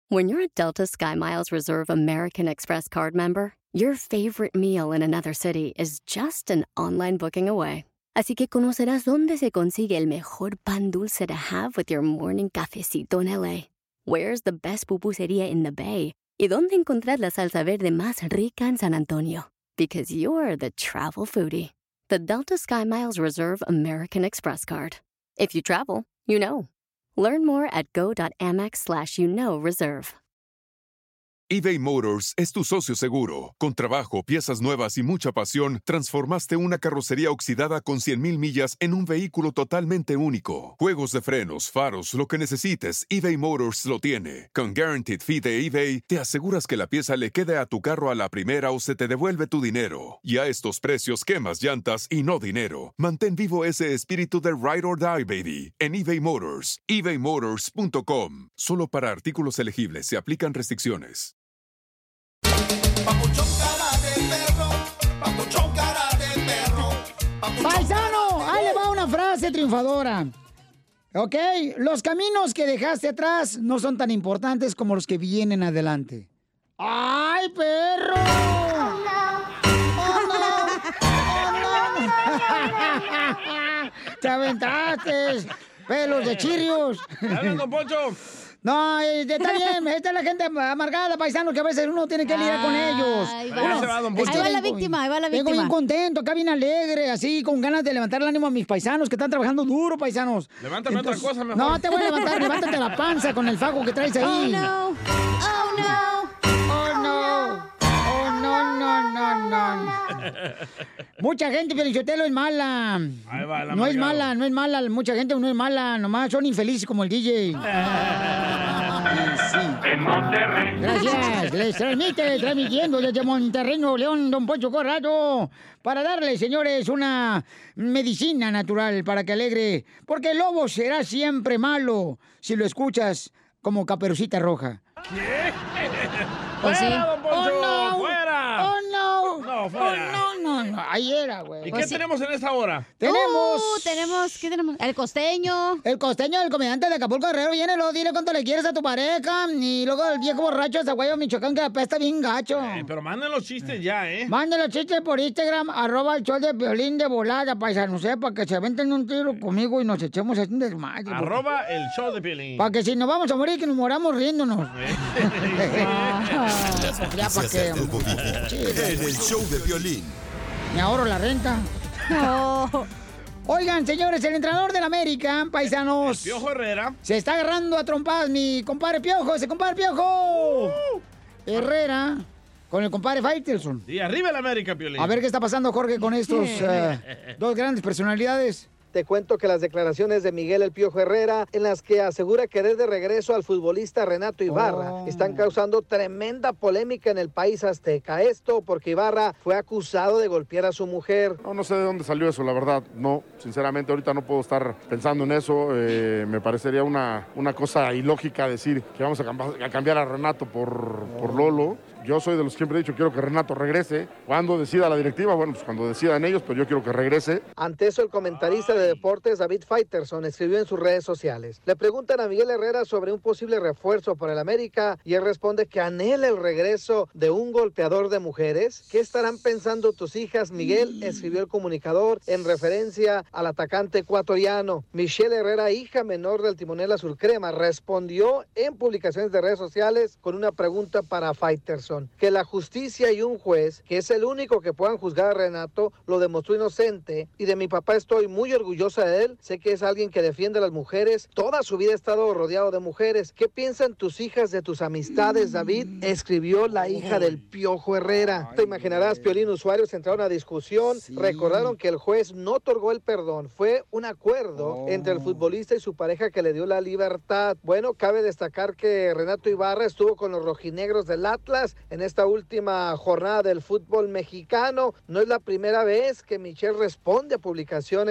When you're a Delta SkyMiles Reserve American Express card member, your favorite meal in another city is just an online booking away. Así que conocerás dónde se consigue el mejor pan dulce to have with your morning cafecito en LA. Where's the best pupusería in the Bay? Y dónde encontrar la salsa verde más rica en San Antonio. Because you're the travel foodie. The Delta SkyMiles Reserve American Express card. If you travel, you know. Learn more at go.amex/reserve. eBay Motors es tu socio seguro. Con trabajo, piezas nuevas y mucha pasión, transformaste una carrocería oxidada con 100,000 millas en un vehículo totalmente único. Juegos de frenos, faros, lo que necesites, eBay Motors lo tiene. Con Guaranteed Fee de eBay, te aseguras que la pieza le quede a tu carro a la primera o se te devuelve tu dinero. Y a estos precios, quemas llantas y no dinero. Mantén vivo ese espíritu de Ride or Die, baby, en eBay Motors. ebaymotors.com. Solo para artículos elegibles se aplican restricciones. Papuchón cara de perro, papuchón cara de perro. Paisano, ahí le va una frase triunfadora. Ok, los caminos que dejaste atrás no son tan importantes como los que vienen adelante. ¡Ay, perro! ¡Oh, no! ¡Oh, no! ¡Oh, no! ¡Te aventaste! ¡Pelos de chirios! ¡Habla, don Poncho! No, está bien, esta es la gente amargada, paisano, que a veces uno tiene que lidiar con ellos. Ahí va la víctima, ahí va la víctima. Vengo bien contento, acá bien alegre, así, con ganas de levantar el ánimo a mis paisanos que están trabajando duro, paisanos. Levántame otra cosa mejor. No, te voy a levantar, levántate la panza con el fajo que traes ahí. Oh, no. Oh, no. Oh, no. Oh, no, no, no, no. Mucha gente, Felicitelo, es mala. Ahí va la No es mala, no es mala. Mucha gente no es mala, nomás son infelices como el DJ. Sí. En Monterrey. Gracias, les transmitiendo desde Monterrey, Nuevo León, don Poncho Corrado, para darle, señores, una medicina natural para que alegre, porque el lobo será siempre malo si lo escuchas como Caperucita Roja. ¿Qué? Pues sí. ¡Fuera, don Poncho! ¡Oh, no! ¡Fuera! ¡Oh, no! No, fuera. ¡Oh, no, no! Ahí era, güey. ¿Y qué tenemos en esta hora? ¿Qué tenemos? El costeño. El costeño, el comediante de Acapulco Guerrero, viene, luego dile cuánto le quieres a tu pareja. Y luego el viejo borracho de Zaguayo, Michoacán, que apesta bien gacho. Pero manden los chistes ya, ¿eh? Manden los chistes por Instagram, @el show de Piolín de volada, paisano, para que se aventen un tiro conmigo y nos echemos un desmadre. @el show de Piolín. Para que si nos vamos a morir, que nos moramos riéndonos. Ya, ¿para qué? En el show de Piolín. Me ahorro la renta. Oigan, señores, el entrenador del América, paisanos. El Piojo Herrera. Se está agarrando a trompadas mi compadre Piojo, ese compadre Piojo. Herrera con el compadre Faitelson. Y arriba el América, Piolín. A ver qué está pasando, Jorge, con estos dos grandes personalidades. Te cuento que las declaraciones de Miguel El Piojo Herrera, en las que asegura querer de regreso al futbolista Renato Ibarra, están causando tremenda polémica en el país azteca. Esto porque Ibarra fue acusado de golpear a su mujer. No sé de dónde salió eso, la verdad. No, sinceramente ahorita no puedo estar pensando en eso. Me parecería una cosa ilógica decir que vamos a cambiar a Renato por Lolo. Yo soy de los que siempre he dicho, quiero que Renato regrese. Cuando decida la directiva, bueno, pues cuando decidan ellos, pero yo quiero que regrese. Ante eso, el comentarista de deportes David Faitelson escribió en sus redes sociales. Le preguntan a Miguel Herrera sobre un posible refuerzo para el América y él responde que anhela el regreso de un golpeador de mujeres. ¿Qué estarán pensando tus hijas, Miguel?, escribió el comunicador en referencia al atacante ecuatoriano. Michelle Herrera, hija menor del timonel azul crema, respondió en publicaciones de redes sociales con una pregunta para Faitelson. Que la justicia y un juez, que es el único que puedan juzgar a Renato, lo demostró inocente, y de mi papá estoy muy orgullosa de él. Sé que es alguien que defiende a las mujeres. Toda su vida ha estado rodeado de mujeres. ¿Qué piensan tus hijas de tus amistades, David?, escribió la hija del Piojo Herrera. Te imaginarás, Piolín, usuarios entraron a discusión, recordaron que el juez no otorgó el perdón. Fue un acuerdo entre el futbolista y su pareja que le dio la libertad. Bueno, cabe destacar que Renato Ibarra estuvo con los rojinegros del Atlas en esta última jornada del fútbol mexicano. No es la primera vez que Michelle responde a publicaciones de comunicación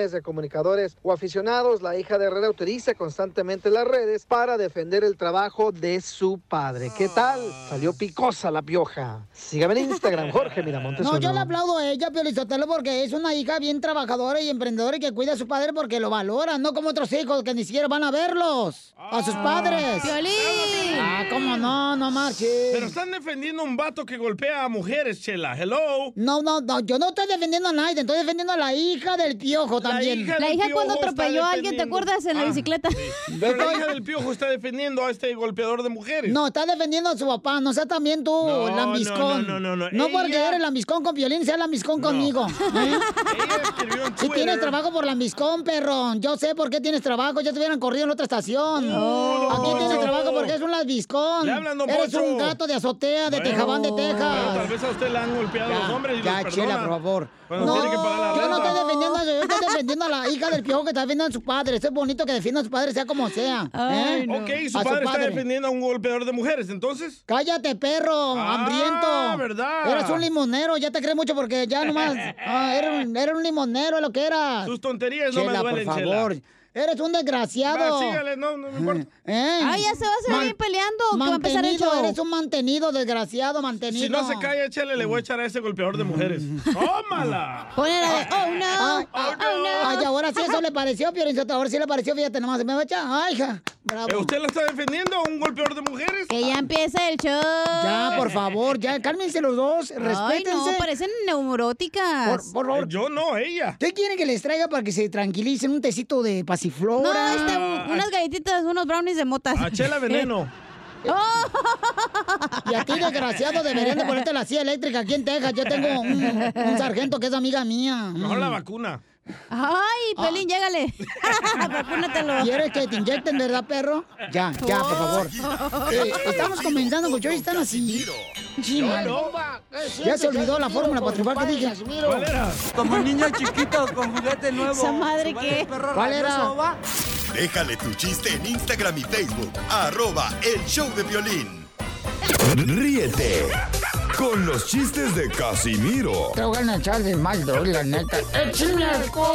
comunicadores o aficionados, la hija de Herrera utiliza constantemente las redes para defender el trabajo de su padre. ¿Qué tal? Salió picosa la pioja. Sígame en Instagram, Jorge Miramontes. No, yo le aplaudo a ella, Piolizotelo, porque es una hija bien trabajadora y emprendedora y que cuida a su padre porque lo valora, no como otros hijos que ni siquiera van a verlos, a sus padres. ¡Piolín! Ah, ¿cómo no? No marches. Pero están defendiendo a un vato que golpea a mujeres, Chela. Hello. No, yo no estoy defendiendo a nadie, estoy defendiendo a la hija del Piojo también. La hija cuando atropelló a alguien, ¿te acuerdas? En la bicicleta. Sí. Pero la hija del Piojo está defendiendo a este golpeador de mujeres. No, está defendiendo a su papá, no sea también tú, lambiscón. No porque eres lambiscón con Piolín, sea lambiscón conmigo. Ella escribió en Twitter. Si tienes trabajo por lambiscón, perro. Yo sé por qué tienes trabajo, ya te hubieran corrido en otra estación. Aquí tienes trabajo porque es un lambiscón. Le hablan, don Eres Poncho. un gato de azotea, de Tejabán de Texas. Pero tal vez a usted le han golpeado los hombres y Ya, los Chela, perdona. por favor. Cuando tiene que pagar la yo no renta. estoy defendiendo a eso, yo estoy defendiendo a la hija del Piojo que está defendiendo a su padre. Eso es bonito que defienda a su padre, sea como sea. Ay, no. Ok, su A padre está defendiendo a un golpeador de mujeres, entonces. Cállate, perro, hambriento. ¿verdad? Eres un limonero, ya te crees mucho porque ya nomás. Eres un limonero, es lo que eras. Sus tonterías no Chela, me duelen, por Chela. favor. Eres un desgraciado. Va, sígale, no me importa. Ay, ya se va a seguir peleando. ¿Qué va a empezar el Mantenido, show? eres un mantenido, desgraciado, mantenido. Si no se calla, Chela, le voy a echar a ese golpeador de mujeres. ¡Tómala! Ponle la de, oh no, Ay, ahora sí eso le pareció, Piolín, ahora sí le pareció, fíjate nomás, me va a echar. Ay, hija, bravo. ¿Usted lo está defendiendo a un golpeador de mujeres? que ya empieza el show. Ya, por favor, ya, cálmense los dos, Ay, respétense. no, parecen neuróticas. Por favor. Yo no, ella. ¿Qué quieren que les traiga para que se tranquilicen? Un tecito de pasiflora. No, unas galletitas, unos brownies de motas. A Chela veneno. Y a ti, desgraciado, deberían de ponerte la silla eléctrica aquí en Texas. Yo tengo un sargento que es amiga mía. Mejor la vacuna. Ay, Pelín, llégale. Vacúnatelo. ¿Quieres que te inyecten, verdad, perro? Ya, por favor. Estamos comenzando, muchachos, y están así. Sí, man. Ya se olvidó la fórmula para triunfar que dije. ¿Cuál era? Como niño chiquito con juguete nuevo. ¿Esa madre qué? ¿Cuál era? Déjale tu chiste en Instagram y Facebook. @elshowdeviolín. Ríete con los chistes de Casimiro Te voy a echar de mal, la neta. ¡Échame alcohol!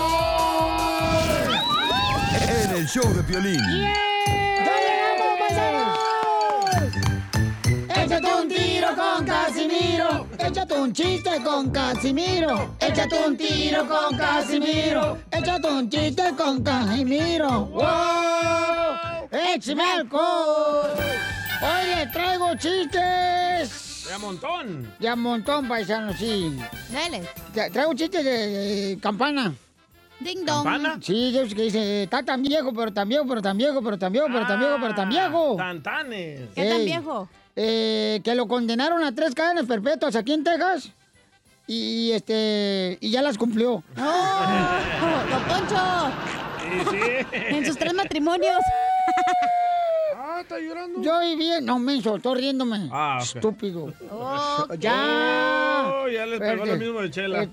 en el show de Violín. ¡Ya llegamos, paisanos! Échate un tiro con Casimiro. Échate un chiste con Casimiro. Échate un tiro con Casimiro. Échate un chiste con Casimiro. ¡Wow! ¡Échame alcohol! Hoy les traigo chistes. De a montón. Ya un montón, paisanos, sí. Dale. Traigo chistes de campana. Ding dong. ¿Campana? Sí, yo que dice, está tan viejo, pero tan viejo, pero tan viejo, pero tan viejo, pero tan viejo, pero tan viejo. Tantanes. ¿Qué tan Ey. viejo? Que lo condenaron a 3 cadenas perpetuas aquí en Texas. Y ya las cumplió. ¡Don Poncho! Sí, sí. En sus 3 matrimonios. Está llorando. Yo viví no, menso, estoy riéndome. Ah, ok. Estúpido. Oh, Ya. Oh, ya les pegó lo mismo de Chela.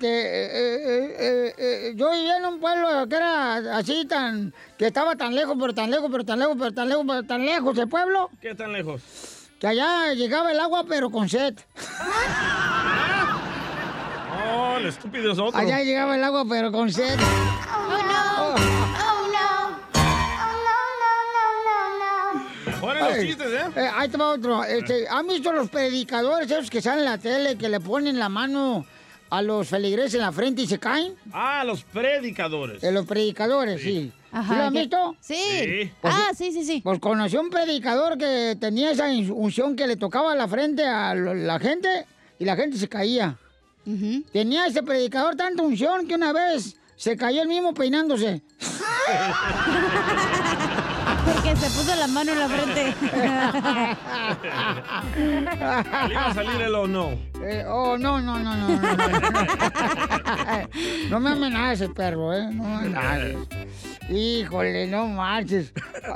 Yo vivía en un pueblo que era así que estaba tan lejos, pero tan lejos, pero tan lejos, pero tan lejos, pero tan lejos el pueblo, ¿Qué tan lejos? que allá llegaba el agua, pero con sed. Oh, el estúpido es otro. Allá llegaba el agua, pero con sed. Ponen los chistes, ¿eh? Ahí te va otro. ¿Han visto los predicadores esos que salen en la tele, que le ponen la mano a los feligreses en la frente y se caen? Ah, los predicadores. Los predicadores, sí. Ajá, ¿Sí lo han ¿qué? visto? Sí. Sí. Sí. Pues conocí un predicador que tenía esa unción que le tocaba la frente a la gente y la gente se caía. Ujú. Tenía ese predicador tanta unción que una vez se cayó el mismo peinándose. Porque se puso la mano en la frente. ¿Le iba a salir el o no? No. No me amenaces, perro, No me amenaces. Híjole, no marches.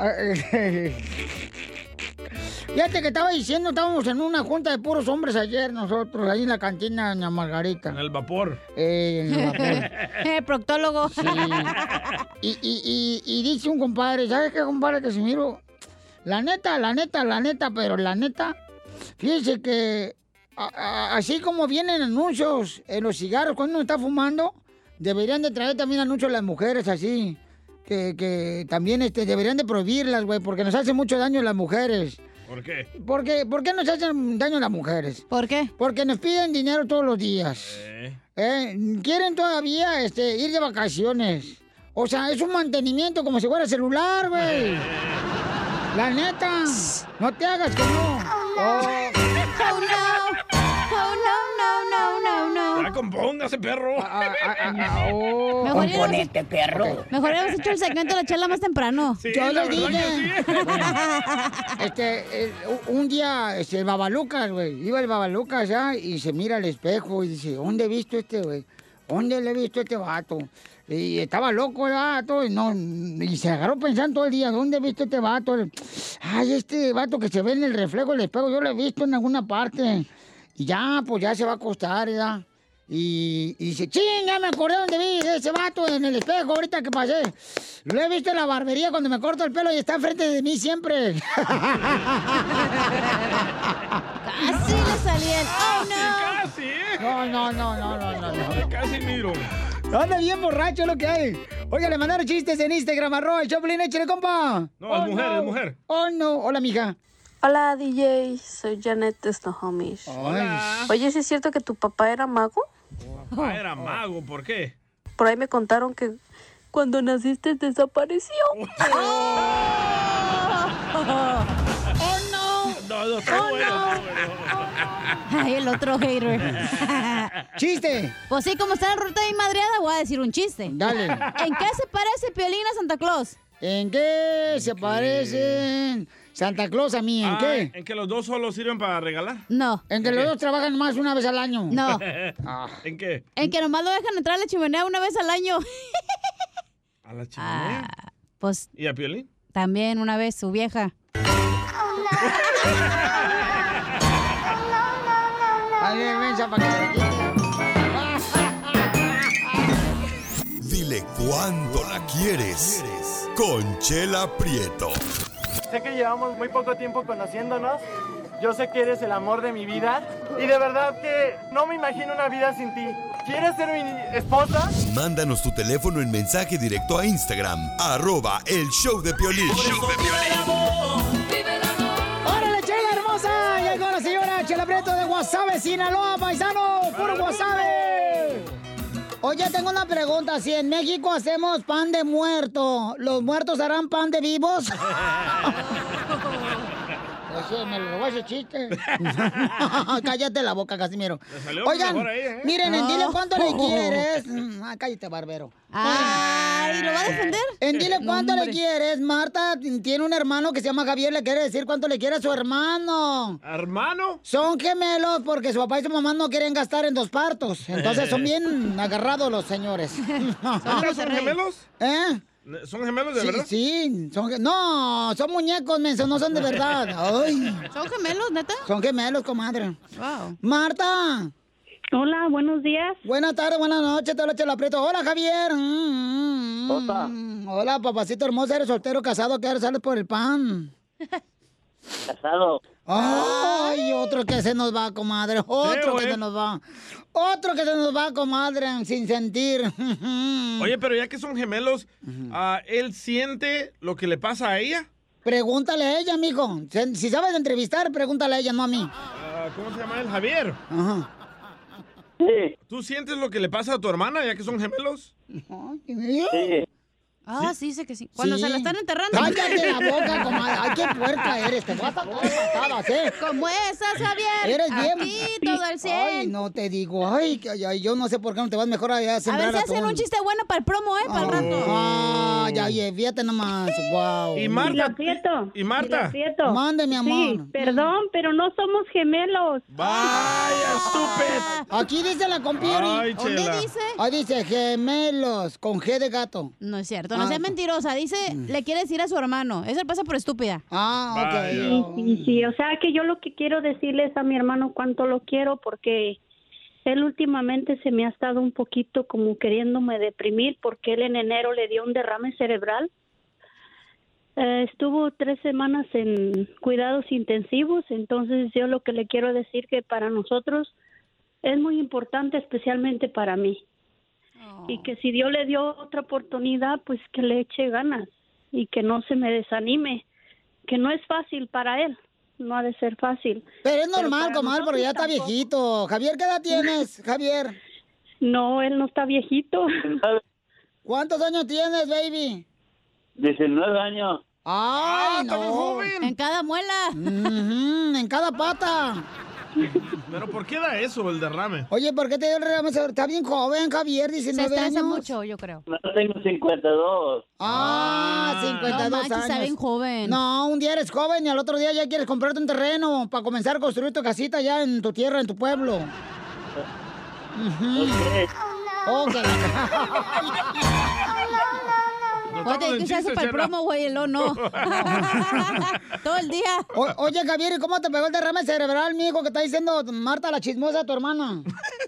Fíjate que estaba diciendo, estábamos en una junta de puros hombres ayer nosotros, ahí en la cantina de Doña Margarita. En el vapor. En el vapor. Proctólogo. Sí. Y dice un compadre, ¿sabes qué, compadre Casimiro? La neta, pero la neta, fíjese que así como vienen anuncios en los cigarros cuando uno está fumando, Deberían de traer también anuncios a las mujeres así. Que también deberían de prohibirlas, güey, porque nos hace mucho daño a las mujeres. ¿Por qué? ¿Por qué nos hacen daño a las mujeres? ¿Por qué? Porque nos piden dinero todos los días. Quieren todavía ir de vacaciones. O sea, es un mantenimiento como si fuera celular, güey. La neta. No te hagas que no. Oh, no. Oh, no. Ya compóngase, perro. Componente, perro. Mejor habíamos hecho el segmento de la chela más temprano. Sí, Yo la les verdad dije. que Un día, el Babalucas, güey. Iba el Babalucas ya y se mira al espejo y dice, ¿dónde he visto güey? ¿Dónde le he visto a este vato? Y estaba loco el vato y se agarró pensando todo el día, ¿dónde he visto a este vato? Ay, este vato que se ve en el reflejo del espejo, yo lo he visto en alguna parte. Y ya, pues ya se va a acostar, ¿verdad? Y dice, ¡ching! Ya me acordé dónde vi ese vato en el espejo ahorita que pasé. Lo he visto en la barbería cuando me corto el pelo y está enfrente de mí siempre. Casi le salía el... ¡Oh, no! Casi, No. Casi miro. Anda bien borracho lo que hay. Oiga, le mandaron chistes en Instagram, @el Choplin, échale, compa. No, es mujer, es mujer. Oh, no. Hola, mija. Hola, DJ. Soy Janet de Snohomish. Hola. Oye, ¿sí es cierto que tu papá era mago? Papá era mago, ¿por qué? Por ahí me contaron que cuando naciste desapareció. ¡Oh, no! No, está bueno. Ay, el otro hater. ¡Chiste! Pues sí, como está en ruta de madreada, voy a decir un chiste. Dale. ¿En qué se parece Piolín a Santa Claus? ¿En qué se parecen Santa Claus a mí? ¿En qué? ¿En que los dos solo sirven para regalar? No. ¿En que los dos trabajan más una vez al año? No. ¿En qué? En que nomás lo dejan entrar a la chimenea una vez al año. ¿A la chimenea? Pues ¿Y a Piolín? también una vez su vieja. A ver, mensa, para que se le quite. Dile cuándo la quieres. Conchela Prieto. Sé que llevamos muy poco tiempo conociéndonos. Yo sé que eres el amor de mi vida. Y de verdad que no me imagino una vida sin ti. ¿Quieres ser mi esposa? Mándanos tu teléfono en mensaje directo a Instagram. @el show de Piolín. ¡Órale, Chela hermosa! Llegó la señora Chela Prieto de Guasave, Sinaloa, paisano. ¡Puro Guasave! Oye, tengo una pregunta. Si en México hacemos pan de muerto, ¿los muertos harán pan de vivos? Oye, me lo robó ese chiste. Cállate la boca, Casimiro. Oigan, miren, en Dile Cuánto Le Quieres. Cállate, barbero. Ay, ¿lo va a defender? En Dile Cuánto Le Quieres, Marta tiene un hermano que se llama Javier, le quiere decir cuánto le quiere a su hermano. ¿Hermano? Son gemelos porque su papá y su mamá no quieren gastar en 2 partos. Entonces son bien agarrados los señores. ¿Son gemelos? ¿Eh? ¿Son gemelos de verdad? Sí, no, son muñecos, menso, no son de verdad. Ay. ¿Son gemelos, neta? Son gemelos, comadre. Wow. Marta. Hola, buenos días. Buenas tardes, buenas noches, te habla Chela Prieto. Hola, Javier. Hola, papacito hermoso, ¿eres soltero, casado? ¿Qué sales por el pan? Casado. Ay, otro que se nos va, comadre. Otro que se nos va. Otro que se nos va, comadre, sin sentir. Oye, pero ya que son gemelos, ¿él siente lo que le pasa a ella? Pregúntale a ella, mijo. Si sabes entrevistar, pregúntale a ella, no a mí. ¿Cómo se llama él? Javier. Ajá. Sí. ¿Tú sientes lo que le pasa a tu hermana ya que son gemelos? Sí. Ah, sí, sé que sí. Cuando se la están enterrando. Cállate la boca, comadre. Ay, qué puerca eres. Te vas a dar patadas, ¿eh? ¿Cómo estás, Javier? Eres bien. Aquí, todo al 100. Ay, no te digo. Ay, yo no sé por qué no te vas mejor allá a sembrar a ver si hacen un chiste bueno para el promo, para el rato. Ay, ay, fíjate nomás. Wow. ¿Y Marta? ¿Y Marta? Mande, mi amor. Sí, perdón, pero no somos gemelos. ¡Vaya, estúpido! Aquí dice la compieri. Ay, ¿Dónde Chela. dice? Ahí dice gemelos, con G de gato. No es cierto, no sea mentirosa. Dice, le quiere decir a su hermano. Eso le pasa por estúpida. Sí, o sea que yo lo que quiero decirle es a mi hermano cuánto lo quiero porque él últimamente se me ha estado un poquito como queriéndome deprimir porque él en enero le dio un derrame cerebral. Estuvo 3 semanas en cuidados intensivos, entonces yo lo que le quiero decir que para nosotros es muy importante, especialmente para mí. Y que si Dios le dio otra oportunidad, pues que le eche ganas y que no se me desanime, que no es fácil para él, no ha de ser fácil. Pero es normal, para comadre, porque ya está nosotros viejito. Javier, ¿qué edad tienes, Javier? No, él no está viejito. ¿Cuántos años tienes, baby? 19 años. ¡Ay, está muy no! joven. En cada muela. En cada pata. ¿Pero por qué da eso, el derrame? Oye, ¿por qué te dio el derrame? Está bien joven, Javier, Se 19 estresa años. mucho, yo creo. No tengo 52. 52 no manches, años. está bien joven. No, un día eres joven y al otro día ya quieres comprarte un terreno para comenzar a construir tu casita ya en tu tierra, en tu pueblo. Ok. Voy a tener que usar eso para el promo, güey, el no. Todo el día. Oye, Javier, ¿y cómo te pegó el derrame cerebral, mijo, que está diciendo Marta la chismosa, tu hermana?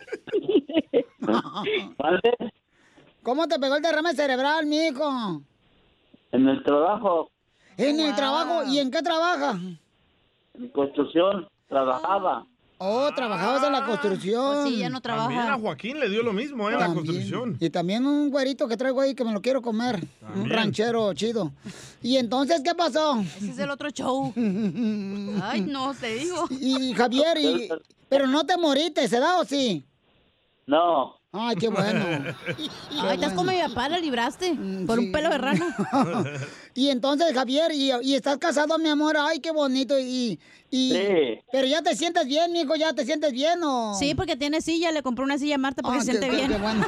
¿Cómo te pegó el derrame cerebral, mijo? En el trabajo. ¿En el trabajo? ¿Y en qué trabaja? En construcción. Trabajaba. Oh, trabajabas en la construcción. Pues sí, ya no trabaja. También a Joaquín le dio lo mismo, en la construcción. Y también un güerito que traigo ahí que me lo quiero comer. Un ranchero chido. ¿Y entonces qué pasó? Ese es el otro show. Ay, no, te digo. Y Javier, pero no te moriste, ¿se da o sí? No. Ay, qué bueno. Ay, estás como mi papá, la libraste. Por un pelo de rana. Y entonces, Javier, y estás casado, mi amor. Ay, qué bonito. Sí. Pero ya te sientes bien, mijo, ¿ya te sientes bien o...? Sí, porque tiene silla. Le compré una silla a Marta porque se siente bien. Qué bueno.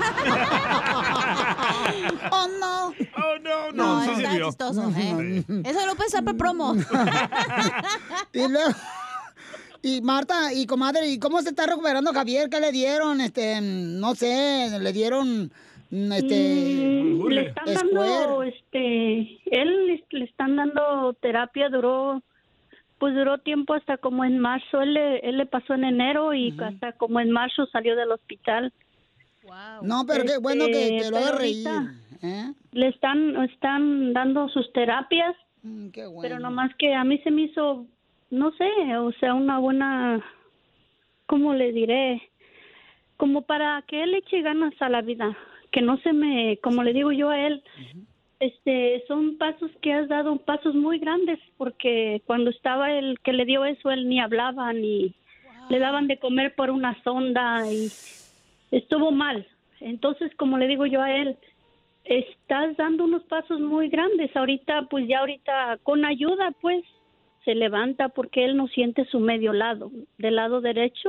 Oh, no. Oh, no, No, sí está sirvió. chistoso, ¿eh? Eso lo puedes usar para promo. Y luego... Y Marta, y comadre, ¿y cómo se está recuperando Javier? ¿Qué le dieron? No sé, le dieron, le están dando, él le están dando terapia, duró tiempo hasta como en marzo, él le pasó en enero y hasta como en marzo salió del hospital. Wow. No, pero qué bueno que lo haga pero reír. Le están dando sus terapias, qué bueno. pero nomás que a mí se me hizo, no sé, o sea, una buena, ¿cómo le diré? Como para que él eche ganas a la vida, que no se me, como le digo yo a él, son pasos que has dado, pasos muy grandes, porque cuando estaba el que le dio eso, él ni hablaba, ni le daban de comer por una sonda y estuvo mal. Entonces, como le digo yo a él, estás dando unos pasos muy grandes. Ahorita con ayuda, pues, se levanta porque él no siente su medio lado. Del lado derecho,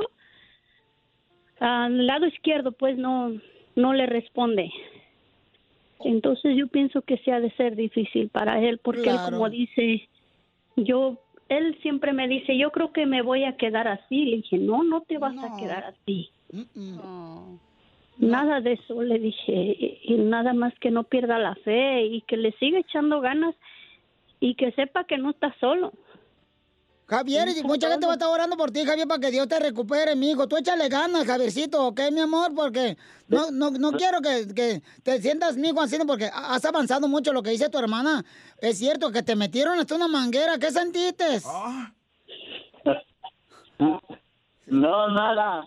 al lado izquierdo, pues, no le responde. Entonces, yo pienso que sí ha de ser difícil para él porque él, como dice, él siempre me dice, yo creo que me voy a quedar así. Le dije, no te vas a quedar así. Nada de eso, le dije, y nada más que no pierda la fe y que le siga echando ganas y que sepa que no está solo. Javier, y mucha gente va a estar orando por ti, Javier, para que Dios te recupere, mi hijo. Tú échale ganas, Javiercito, ¿ok, mi amor? Porque no quiero que te sientas, mi hijo, así, porque has avanzado mucho lo que dice tu hermana. Es cierto que te metieron hasta una manguera. ¿Qué sentiste? No, nada.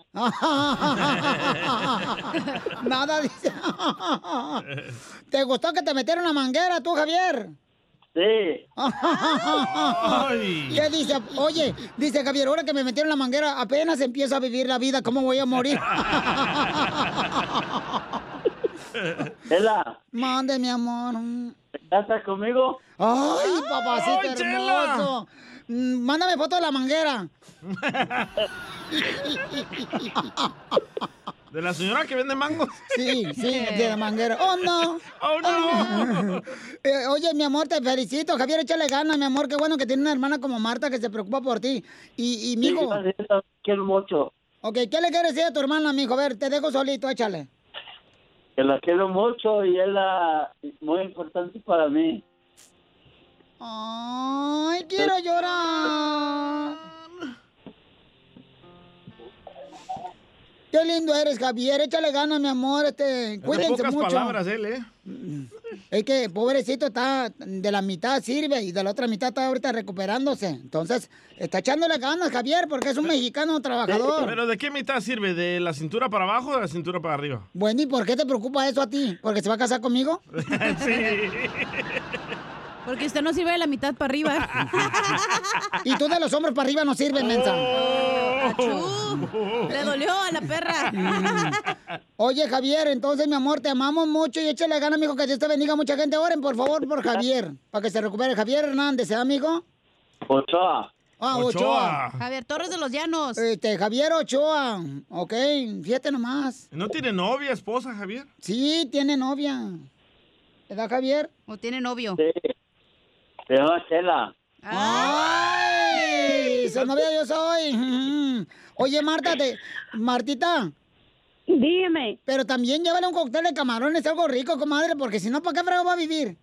Nada, dice. ¿Te gustó que te metieron una manguera tú, Javier? Sí. ¿Qué dice? Oye, dice Javier, ahora que me metieron la manguera, apenas empiezo a vivir la vida, ¿cómo voy a morir? Chela. Mande, mi amor. ¿Estás conmigo? Ay, papacito ¡Ay, hermoso. Mándame foto de la manguera. ¿De la señora que vende mangos? Sí, de la manguera. ¡Oh, no! ¡Oh, no! Oye, mi amor, te felicito. Javier, échale ganas, mi amor. Qué bueno que tiene una hermana como Marta que se preocupa por ti. Y mijo... Quiero mucho. Ok, ¿qué le quieres decir a tu hermana, mijo? A ver, te dejo solito, échale. Que la quiero mucho y es muy importante para mí. Ay, quiero llorar. Qué lindo eres, Javier. Échale ganas, mi amor. Cuídense pocas mucho. palabras él, ¿eh? Es que pobrecito está de la mitad sirve y de la otra mitad está ahorita recuperándose. Entonces, está echándole ganas, Javier, porque es un mexicano trabajador. ¿Pero de qué mitad sirve? ¿De la cintura para abajo o de la cintura para arriba? Bueno, ¿y por qué te preocupa eso a ti? ¿Porque se va a casar conmigo? Sí. Porque usted no sirve de la mitad para arriba. Y tú de los hombros para arriba no sirves, mensa. Le dolió a la perra. Oye, Javier, entonces, mi amor, te amamos mucho y échale ganas, mijo, que Dios te bendiga. Mucha gente, oren, por favor, por Javier, para que se recupere. Javier Hernández, ¿eh, amigo? Ochoa. Ah, Ochoa. Javier Torres de los Llanos. Javier Ochoa. Ok, fíjate nomás. ¿No tiene novia, esposa, Javier? Sí, tiene novia. ¿Verdad, Javier? ¿O tiene novio? Sí. Se llama Chela. ¡Ay! Su novia yo soy. Oye, Martita. Dígame. Pero también llévale un cóctel de camarones, algo rico, comadre, porque si no, ¿para qué frego va a vivir?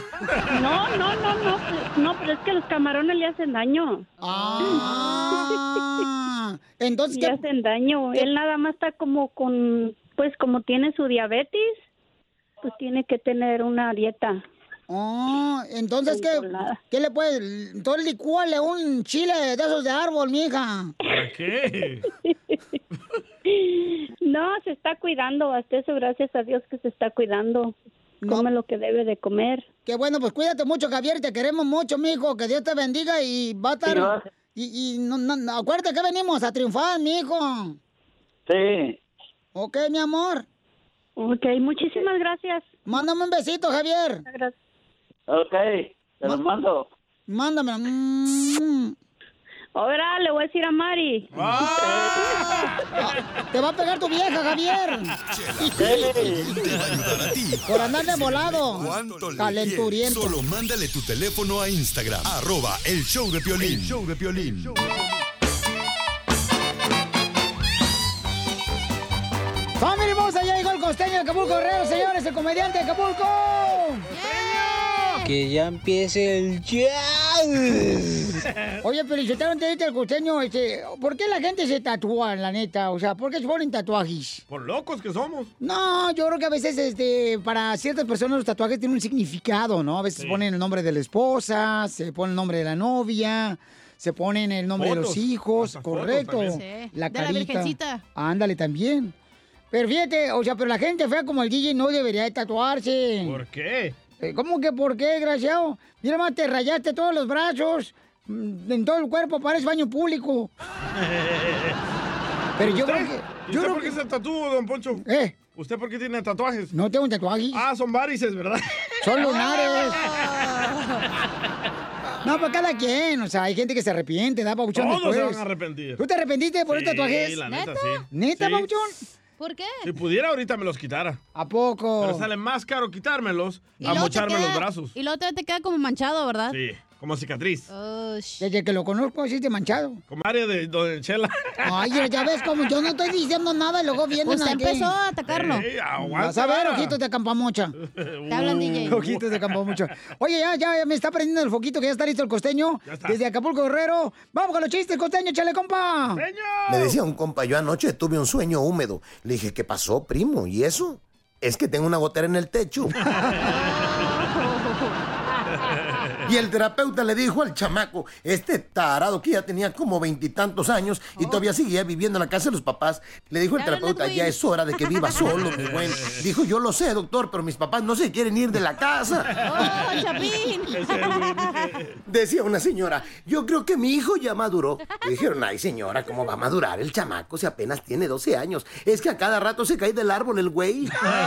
No, pero es que los camarones le hacen daño. Entonces, le hacen daño. Él nada más está como como tiene su diabetes, pues tiene que tener una dieta. Entonces, ¿qué le puede? Entonces, licúale un chile de esos de árbol, mija. ¿Para qué? No, se está cuidando, hasta eso, gracias a Dios que se está cuidando. Come lo que debe de comer. Qué bueno, pues cuídate mucho, Javier, te queremos mucho, mijo, que Dios te bendiga y va a estar... No, acuérdate que venimos a triunfar, mijo. Sí. Ok, mi amor. Ok, muchísimas gracias. Mándame un besito, Javier. Gracias. Ok, te los mando. Mándame. Ahora le voy a decir a Mari. Te va a pegar tu vieja, Javier. Te va a ayudar a ti. Por andar de volado. ¿Cuánto le Calenturiento. quieres? Solo mándale tu teléfono a Instagram. @elshowdepiolín. El show de Piolín. ¡Familia hermosa! Ya llegó el costeño de Acapulco Guerrero, señores, el comediante de Acapulco. Que ya empiece el jazz. Oye, pero yo te dije el costeño, ¿por qué la gente se tatúa, la neta? O sea, ¿por qué se ponen tatuajes? Por locos que somos. No, yo creo que a veces, para ciertas personas los tatuajes tienen un significado, ¿no? A veces ponen el nombre de la esposa, se pone el nombre de la novia, se ponen el nombre de los hijos, correcto. Sí. La De carita. la virgencita. Ándale también. Pero fíjate, o sea, pero la gente fea como el DJ no debería de tatuarse. ¿Por qué? ¿Cómo que por qué, desgraciado? Mira más, te rayaste todos los brazos, en todo el cuerpo, parece baño público. Pero yo creo que... ¿Usted por qué se tatúa, don Poncho? ¿Usted por qué tiene tatuajes? No tengo tatuajes. Ah, son varices, ¿verdad? Son lunares. No, pues cada quien, o sea, hay gente que se arrepiente, da pabuchón Todos después. se van a arrepentir. ¿Tú te arrepentiste por estos tatuajes? la neta, sí. ¿Neta, Sí. pabuchón? ¿Por qué? Si pudiera, ahorita me los quitara. ¿A poco? Pero sale más caro quitármelos Y a luego te mocharme queda- los brazos. Y luego te queda como manchado, ¿verdad? Sí, como cicatriz. Desde que lo conozco, así de manchado. Como área de Don Chela. Ay, ya ves, como yo no estoy diciendo nada y luego vienen Usted aquí. empezó a atacarlo. Ey, aguanta. Vas a ver, ojitos de campamocha. Te hablan, DJ. Ojitos de campamocha. Oye, ya me está prendiendo el foquito que ya está listo el costeño. Ya está. Desde Acapulco Guerrero. Vamos con los chistes, costeño, échale, compa. Me decía un compa, yo anoche tuve un sueño húmedo. Le dije, ¿qué pasó, primo? ¿Y eso? Es que tengo una gotera en el techo. Y el terapeuta le dijo al chamaco, este tarado que ya tenía como 20 y tantos años y todavía seguía viviendo en la casa de los papás, le dijo el terapeuta, ya es hora de que viva solo, mi buen. Dijo, yo lo sé, doctor, pero mis papás no se quieren ir de la casa. ¡Oh, Chapín! Decía una señora, yo creo que mi hijo ya maduró. Le dijeron, ay señora, ¿cómo va a madurar el chamaco si apenas tiene 12 años? Es que a cada rato se cae del árbol el güey.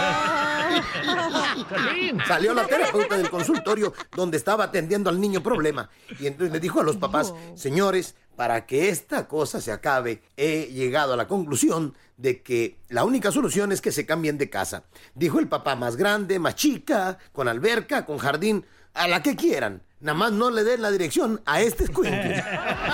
Salió la terapeuta del consultorio donde estaba atendiendo al niño problema y entonces le dijo a los papás, señores, para que esta cosa se acabe, he llegado a la conclusión de que la única solución es que se cambien de casa. Dijo el papá, más grande, más chica, con alberca, con jardín, a la que quieran. Nada más no le den la dirección a este escuincle.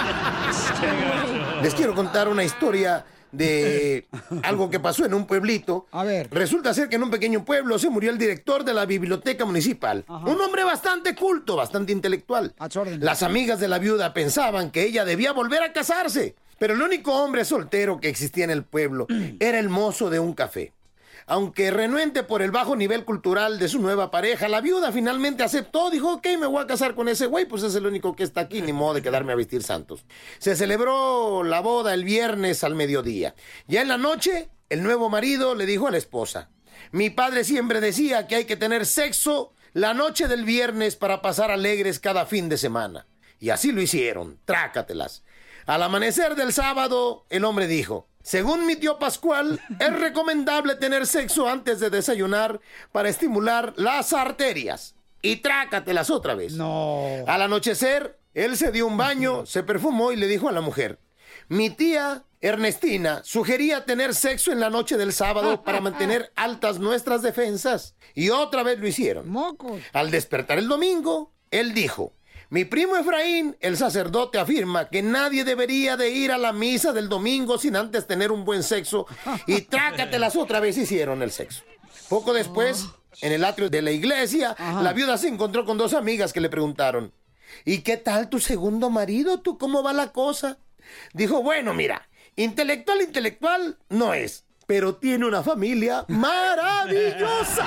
Les quiero contar una historia de algo que pasó en un pueblito. A ver. Resulta ser que en un pequeño pueblo se murió el director de la biblioteca municipal. Un hombre bastante culto, bastante intelectual. Las amigas de la viuda pensaban que ella debía volver a casarse. Pero el único hombre soltero que existía en el pueblo era el mozo de un café. Aunque renuente por el bajo nivel cultural de su nueva pareja, la viuda finalmente aceptó, dijo, ok, me voy a casar con ese güey, pues es el único que está aquí, ni modo de quedarme a vestir santos. Se celebró la boda el viernes al mediodía. Ya en la noche, el nuevo marido le dijo a la esposa, mi padre siempre decía que hay que tener sexo la noche del viernes para pasar alegres cada fin de semana. Y así lo hicieron, trácatelas. Al amanecer del sábado, el hombre dijo, según mi tío Pascual, es recomendable tener sexo antes de desayunar para estimular las arterias. Y trácatelas otra vez. No. Al anochecer, él se dio un baño, se perfumó y le dijo a la mujer, mi tía Ernestina sugería tener sexo en la noche del sábado para mantener altas nuestras defensas. Y otra vez lo hicieron. Mocos. Al despertar el domingo, él dijo, mi primo Efraín, el sacerdote, afirma que nadie debería de ir a la misa del domingo sin antes tener un buen sexo. Y trácatelas otra vez hicieron el sexo. Poco después, en el atrio de la iglesia, la viuda se encontró con dos amigas que le preguntaron, ¿y qué tal tu segundo marido? ¿Tú cómo va la cosa? Dijo, bueno, mira, intelectual no es, pero tiene una familia maravillosa.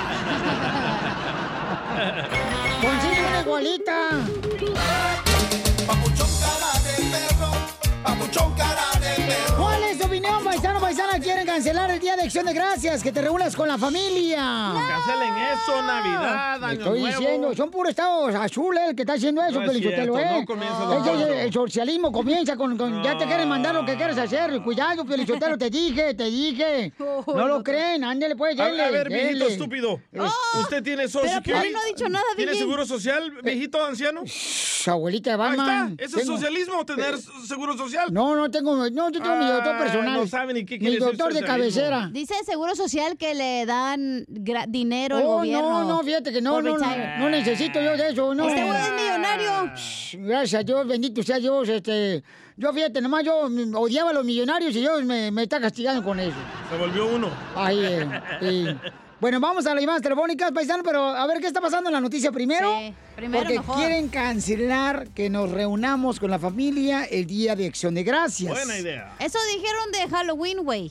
Consigue una igualita. Papuchón cara de perro, papuchón cara de perro. ¿Cuál es tu opinión, paisano, paisana? Quieren cancelar el Día de Acción de Gracias, que te reúnas con la familia. Cancelen eso, Navidad, Año Estoy Nuevo. diciendo, son puros estados azules el que está haciendo eso, No es Piolichotelo, cierto, no comienza lo otro. El socialismo comienza con ya te quieren mandar lo que quieres hacer. Cuidado, Piolichotelo, te dije. No lo creen, ándale pues, A denle, ver, viejito denle. estúpido. ¿Usted tiene Social Pero Piolín no ha dicho nada, ¿Tiene DJ. seguro social, viejito anciano? Abuelita de Ahí Batman. está. ¿Eso es socialismo, tener seguro social? No, yo tengo mi doctor personal. No sabe ni qué Mi quiere decir doctor de socialismo. cabecera. Dice Seguro Social que le dan dinero al gobierno. No, fíjate que no por retire. necesito yo de eso, no. Este güey es millonario. Gracias a Dios, bendito sea Dios, yo fíjate, nomás yo odiaba a los millonarios y Dios me está castigando con eso. Se volvió uno. Ay, sí. Bueno, vamos a las llamadas telefónicas, paisano, pero a ver qué está pasando en la noticia primero. Sí, primero porque mejor. quieren cancelar que nos reunamos con la familia el Día de Acción de Gracias. Buena idea. Eso dijeron de Halloween, güey.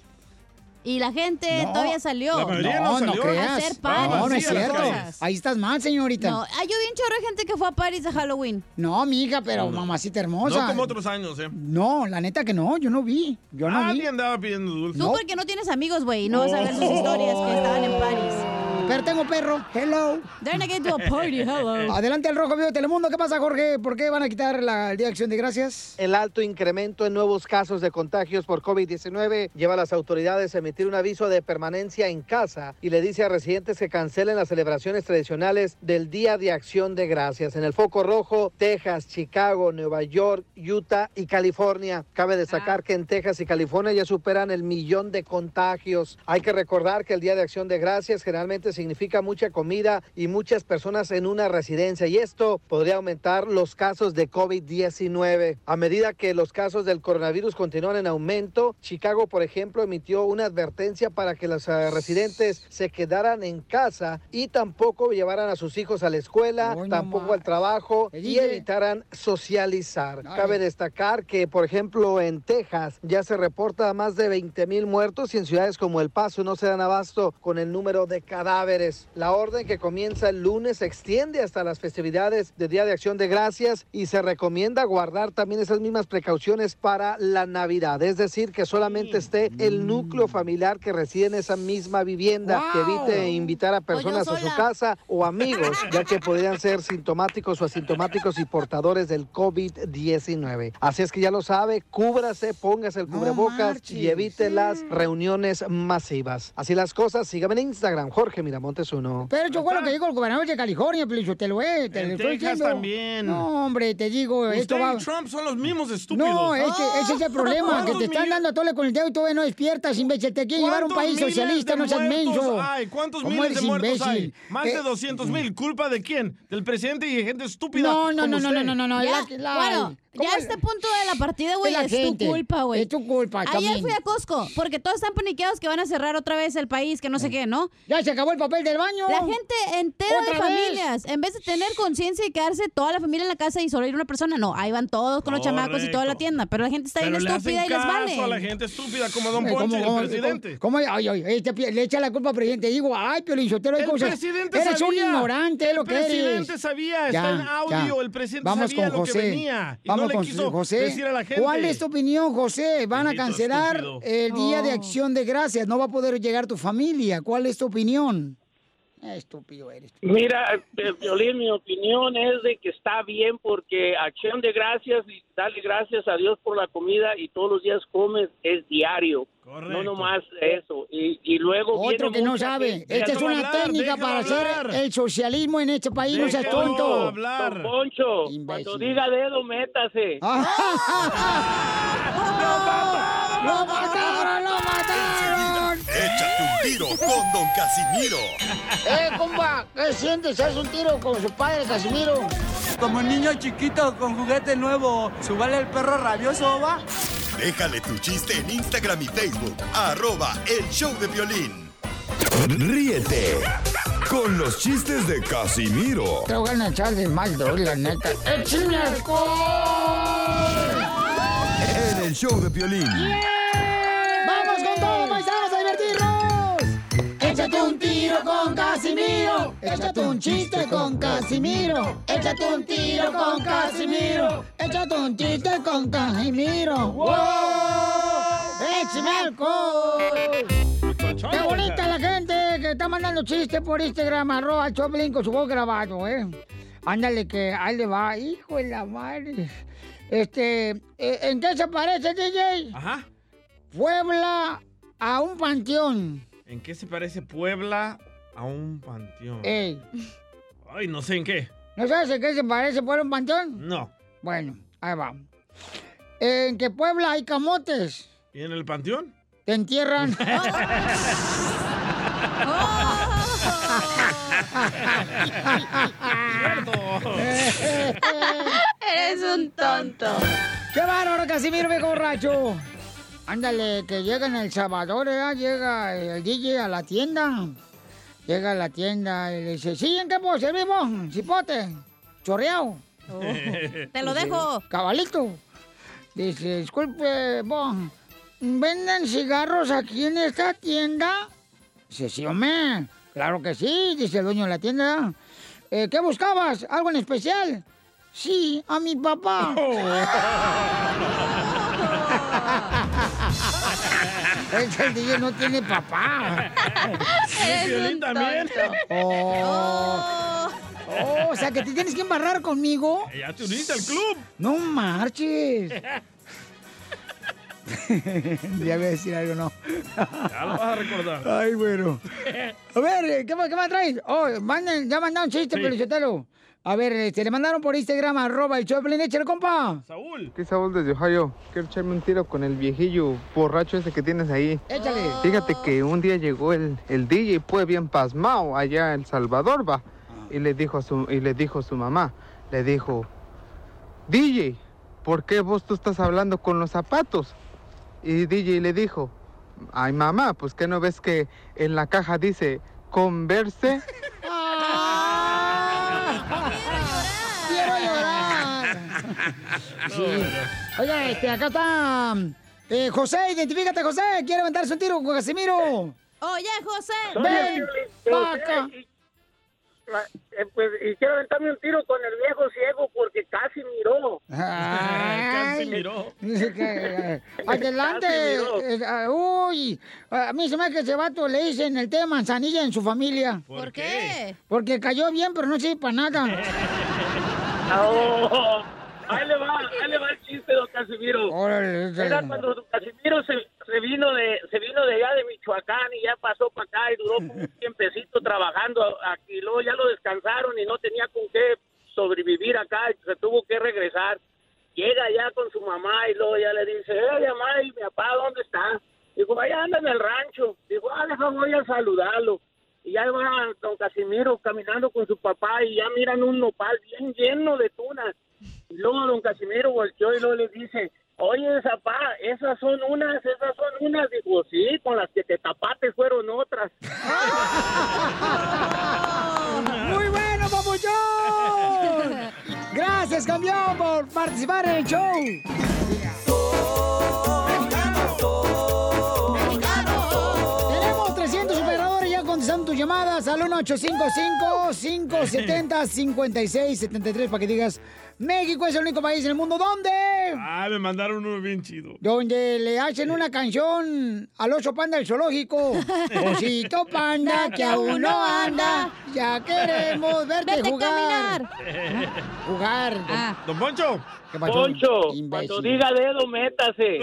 Y la gente No, todavía salió. la mayoría no No salió. creas. A hacer parties. No, no es Sí, a las cierto. calles. Ahí estás mal, señorita. No, yo vi un chorro de gente que fue a parties de Halloween. No, mija, pero mamacita hermosa. No como otros años, No, la neta que no, yo no vi. Yo no Nadie vi. andaba pidiendo dulces. Tú porque no tienes amigos, güey, y no vas a ver sus historias que estaban en parties. Pero tengo perro. Hello. They're not going to a party, hello. Adelante al Rojo Vivo de Telemundo. ¿Qué pasa, Jorge? ¿Por qué van a quitar el Día de Acción de Gracias? El alto incremento en nuevos casos de contagios por COVID-19 lleva a las autoridades a emitir un aviso de permanencia en casa y le dice a residentes que cancelen las celebraciones tradicionales del Día de Acción de Gracias. En el foco rojo, Texas, Chicago, Nueva York, Utah y California. Cabe destacar que en Texas y California ya superan el 1,000,000 de contagios. Hay que recordar que el Día de Acción de Gracias generalmente significa mucha comida y muchas personas en una residencia y esto podría aumentar los casos de COVID-19. A medida que los casos del coronavirus continúan en aumento, Chicago, por ejemplo, emitió una advertencia para que los residentes se quedaran en casa y tampoco llevaran a sus hijos a la escuela, tampoco al trabajo y evitaran socializar. Cabe destacar que, por ejemplo, en Texas ya se reporta más de 20,000 muertos y en ciudades como El Paso no se dan abasto con el número de cadáveres. La orden que comienza el lunes se extiende hasta las festividades de Día de Acción de Gracias y se recomienda guardar también esas mismas precauciones para la Navidad. Es decir, que solamente esté el núcleo familiar que reside en esa misma vivienda, que evite invitar a personas a su casa o amigos, ya que podrían ser sintomáticos o asintomáticos y portadores del COVID-19. Así es que ya lo sabe, cúbrase, póngase el cubrebocas y evite las reuniones masivas. Así las cosas, síganme en Instagram, Jorge Miramontes 1. Pero eso fue lo que dijo el gobernador de California, Pelichotelo, te lo En estoy Texas diciendo. también. No, hombre, te digo, Usted esto va... y Trump son los mismos estúpidos. No, ese es el problema, que te están dando a tole con el dedo y todavía no despiertas, imbécil. Te quieren llevar a un país socialista, no seas menso. ¿Cuántos ¿Cómo miles de eres muertos imbécil? hay? Más de 200,000. ¿Culpa de quién? ¿Del presidente y de gente estúpida No, como usted? no. Ya, bueno, Ya a este punto de la partida, güey, es tu culpa, güey. Es tu culpa, Ayer también. fui a Costco, porque todos están paniqueados que van a cerrar otra vez el país, que no sé qué, ¿no? Ya se acabó el papel del baño. La gente entera de ¿Otra vez? familias, en vez de tener conciencia y quedarse toda la familia en la casa y solo ir una persona, no, ahí van todos con los chamacos y toda la tienda, pero la gente está bien estúpida y les vale. A la gente estúpida como Don Poncho y el presidente. ¿Cómo? Ay, le echa la culpa al presidente. Digo, ay, Piolín Sotelo, hay cosas. Presidente Eres sabía. un ignorante, es lo que eres. El presidente sabía, está en audio, el presidente sabía lo que venía. Y Vamos no le con quiso José. decir a la gente. ¿Cuál es tu opinión, José? Van a Bendito cancelar estúpido. el Día de Acción de Gracias. No va a poder llegar tu familia. ¿Cuál es tu opinión? Estúpido eres. Mira, Piolín, mi opinión es de que está bien porque acción de gracias y darle gracias a Dios por la comida y todos los días comes es diario. Correcto. No nomás eso. Y luego otro que no sabe. Esta es una técnica para hacer el socialismo en este país. No seas tonto. Don Poncho, cuando diga dedo, métase. ¡Lo mataron! Échate un tiro con Don Casimiro. Compa, ¿qué sientes? ¿Haz un tiro con su padre, Casimiro? Como niño chiquito con juguete nuevo, ¿subale el perro rabioso, va? Déjale tu chiste en Instagram y Facebook. @El Show de Piolín. Ríete con los chistes de Casimiro. Te voy a echar de mal, la neta. ¡Échame alcohol! En el Show de Piolín. ¡Vamos con todo, paisanos, a divertirnos! Échate un tiro con Casimiro. Échate un chiste con Casimiro. Échate un tiro con Casimiro. Échate un chiste con Casimiro. ¡Wow! ¡Échame alcohol! ¡Qué bonita la gente que está mandando chistes por Instagram! @Choplin con su voz grabado, Ándale, que ahí le va. ¡Hijo de la madre! ¿En qué se parece, DJ? Ajá. Puebla a un panteón. ¿En qué se parece Puebla a un panteón? Ey. Ay, no sé en qué. ¿No sabes en qué se parece Puebla a un panteón? No. Bueno, ahí va. En que Puebla hay camotes. ¿Y en el panteón? Te entierran. Eres un tonto. ¡Qué bárbaro, Casimiro, viejo borracho! Ándale, que llega en El Salvador, llega el DJ a la tienda. Llega a la tienda y le dice, ¿sí, en qué puedo servir vos? Cipote, chorreado. Te lo dejo. Cabalito. Dice, disculpe, vos, ¿venden cigarros aquí en esta tienda? Dice, sí, hombre, claro que sí, dice el dueño de la tienda. ¿Qué buscabas? ¿Algo en especial? Sí, a mi papá. El DJ no tiene papá. Eres un también. O sea, que te tienes que embarrar conmigo. Ya te uniste al club. No marches. Ya voy a decir algo, no. Ya lo vas a recordar. Ay, bueno. A ver, ¿qué más traes? Oh, ya mandaron chiste, Sí. Felicitelo. A ver, le mandaron por Instagram, @el Choplin, échale, compa. Saúl. Aquí Saúl desde Ohio. Quiero echarme un tiro con el viejillo borracho ese que tienes ahí. Échale. Fíjate que un día llegó el DJ, pues bien pasmado, allá en El Salvador, va. Y le dijo a su mamá, le dijo, DJ, ¿por qué vos tú estás hablando con los zapatos? Y DJ le dijo, ay mamá, pues que no ves que en la caja dice Converse. ¡Quiero llorar! Sí. Oye, acá está José, identifícate, José. ¿Quiere aventarse un tiro con Casimiro? Oye, José. Ven, vaca. Pues, y quiero aventarme un tiro con el viejo ciego porque casi miró. Casi miró. Adelante. Uy, a mí se me hace que ese vato le dicen el té de manzanilla en su familia. ¿Por qué? Porque cayó bien, pero no sirve para nada. Oh, ahí le va el chiste, don Casimiro. Era cuando don Casimiro se vino de allá de Michoacán y ya pasó para acá y duró un tiempecito trabajando aquí, luego ya lo descansaron y no tenía con qué sobrevivir acá y se tuvo que regresar. Llega ya con su mamá y luego ya le dice, mamá, ¿y mi papá dónde está? Dijo, allá anda en el rancho. Dijo, voy a saludarlo. Y ya va don Casimiro caminando con su papá y ya miran un nopal bien lleno de tunas. Y luego don Casimiro volteó y luego le dice, oye, zapá, esas son unas. Dijo, sí, con las que te tapaste fueron otras. ¡Muy bueno, papuchón! Gracias, campeón, por participar en el show. Tenemos 300 operadores ya contestando tus llamadas al 1-855-570-5673 para que digas, México es el único país en el mundo donde... Ah, me mandaron uno bien chido. Donde le hacen una canción al oso panda del zoológico. Osito panda que aún no anda, ya queremos verte jugar. Jugar. Don Poncho. ¿Qué pasó? Poncho, Imbécil. cuando diga dedo, métase.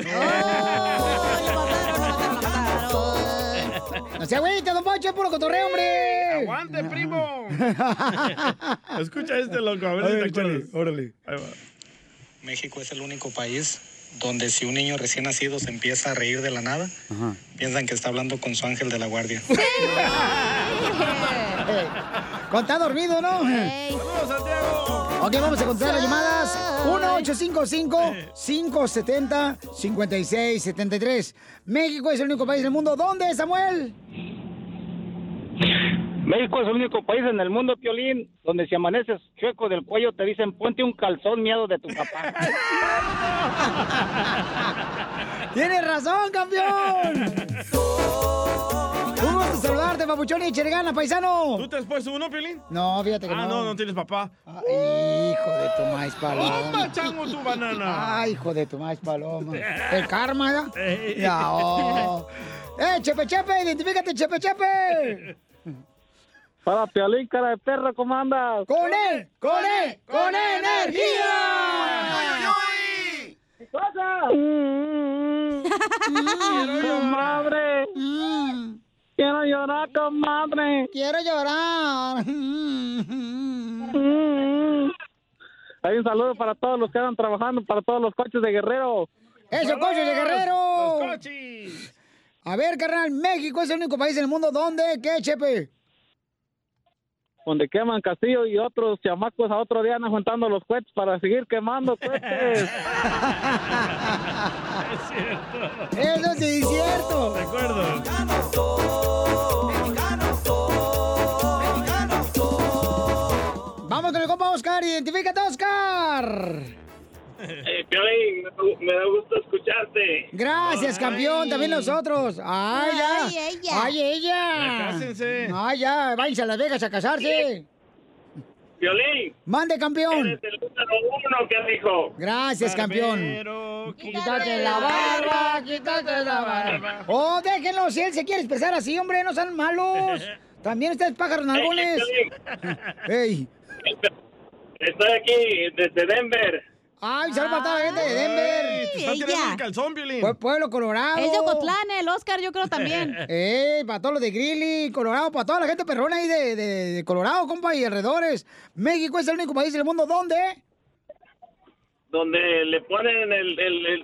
No se agüita, don Poncho, es puro cotorreo, hombre. ¡Aguante, primo! Escucha loco, a ver si te acuerdas. Órale. Ahí va. México es el único país donde si un niño recién nacido se empieza a reír de la nada, piensan que está hablando con su ángel de la guardia. Está dormido, ¿no? ¡Saludos, Santiago! Ok, vamos a contar las llamadas. 1-855-570-5673. México es el único país del mundo. ¿Dónde, Samuel? México es el único país en el mundo, Piolín, donde si amaneces chueco del cuello te dicen ponte un calzón miedo de tu papá. ¡Tienes razón, campeón! Un gusto saludarte, papuchón, y échale ganas, paisano. ¿Tú te has puesto uno, Piolín? No, fíjate que no. No tienes papá. Hijo de tu maíz paloma. ¡Toma, chango, tu banana! Ay, hijo de tu maíz paloma. El karma, ¿ya? Ya, oh. Chepe, Chepe, identifícate, Chepe, Chepe. Para Piolín, cara de perro, ¿cómo andas? ¡Con él! ¡Energía! ¿Qué pasa? Comadre. Quiero llorar, comadre. Quiero llorar. Hay un saludo para todos los que andan trabajando, para todos los coches de Guerrero. ¡Eso, coches de Guerrero! ¡Los coches! A ver, carnal, México es el único país en el mundo donde, ¿qué, Chepe? Donde queman Castillo y otros chamacos a otro día andan juntando los cohetes para seguir quemando cohetes. Es cierto. Eso sí es cierto. De acuerdo. Vamos con el compa Oscar, identifícate, Oscar. Piolín, me da gusto escucharte. Gracias, campeón, también nosotros. ¡Ay, ya! ¡Ay, ella! Ya cásense. ¡Ay, ya! ¡Váyanse a Las Vegas a casarse! Piolín. ¡Mande, campeón! Eres el número uno que dijo. Gracias, campeón. Quítate la barba, quítate la barba. Oh, déjenlo, si él se quiere expresar así, hombre, no sean malos. También ustedes pájaros nalgones. ¡Ey! Estoy aquí desde Denver. ¡Ay, saludos para toda la gente de Denver! ¡Te están tirando el calzón, Piolín! Pueblo Colorado. Es de Ocotlán, el Oscar, yo creo también. Para todos los de Greeley, Colorado, para toda la gente perrona ahí de Colorado, compa, y alrededores. México es el único país del mundo, ¿dónde? Donde le ponen el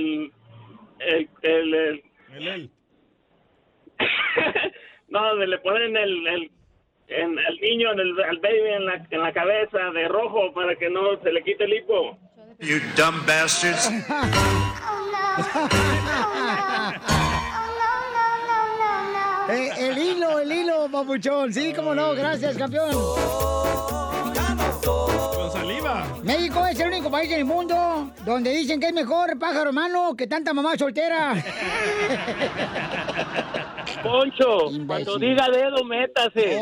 no, donde le ponen el niño, al baby en la cabeza de rojo para que no se le quite el hipo. You dumb bastards. El hilo, papuchón. Sí, cómo no, gracias, campeón. Con saliva. México es el único país en el mundo donde dicen que es mejor pájaro humano que tanta mamá soltera. Poncho, cuando diga dedo, métase.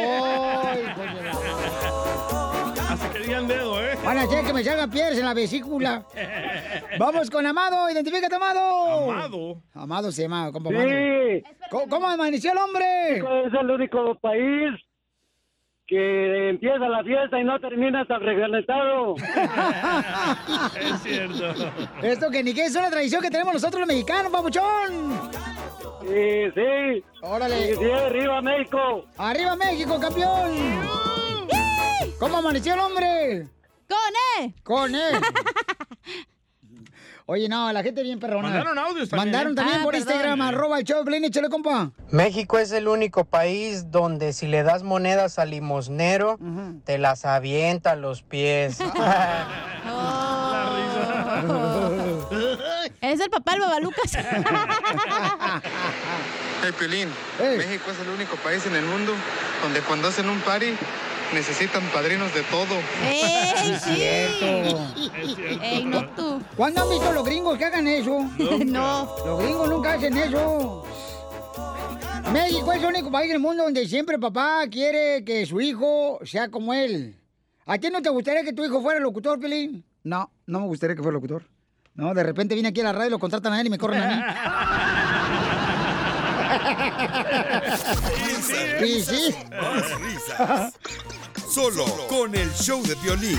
Hasta que digan dedo, ¿eh? Van a hacer que me salgan piedras en la vesícula. Vamos con Amado, identifícate, Amado. ¿Amado? Amado se llama, compa. Sí. Amado. ¿Cómo amaneció el hombre? Es el único país que empieza la fiesta y no termina hasta el reglamentado. Es cierto. Esto que ni que es una tradición que tenemos nosotros los mexicanos, papuchón. Sí. Órale. Sí, arriba México. Arriba México, campeón. ¿Cómo amaneció el hombre? Con él. Oye, no, la gente bien perrona. Mandaron audios también. Mandaron también por perdón. Instagram, @el_show_de_Piolín, échale, compa. México es el único país donde si le das monedas al limosnero, te las avienta a los pies. La Es el papá del Babalucas. Hey, Piolín, México es el único país en el mundo donde cuando hacen un party necesitan padrinos de todo. ¡Ey, sí! Es cierto. ¡Ey, no tú! ¿Cuándo han visto los gringos que hagan eso? No. Los gringos nunca hacen eso. México es el único país del mundo donde siempre papá quiere que su hijo sea como él. ¿A ti no te gustaría que tu hijo fuera locutor, Pelín? No, no me gustaría que fuera locutor. No, de repente viene aquí a la radio y lo contratan a él y me corren a mí. Risas, más risas. Solo con el show de Piolín.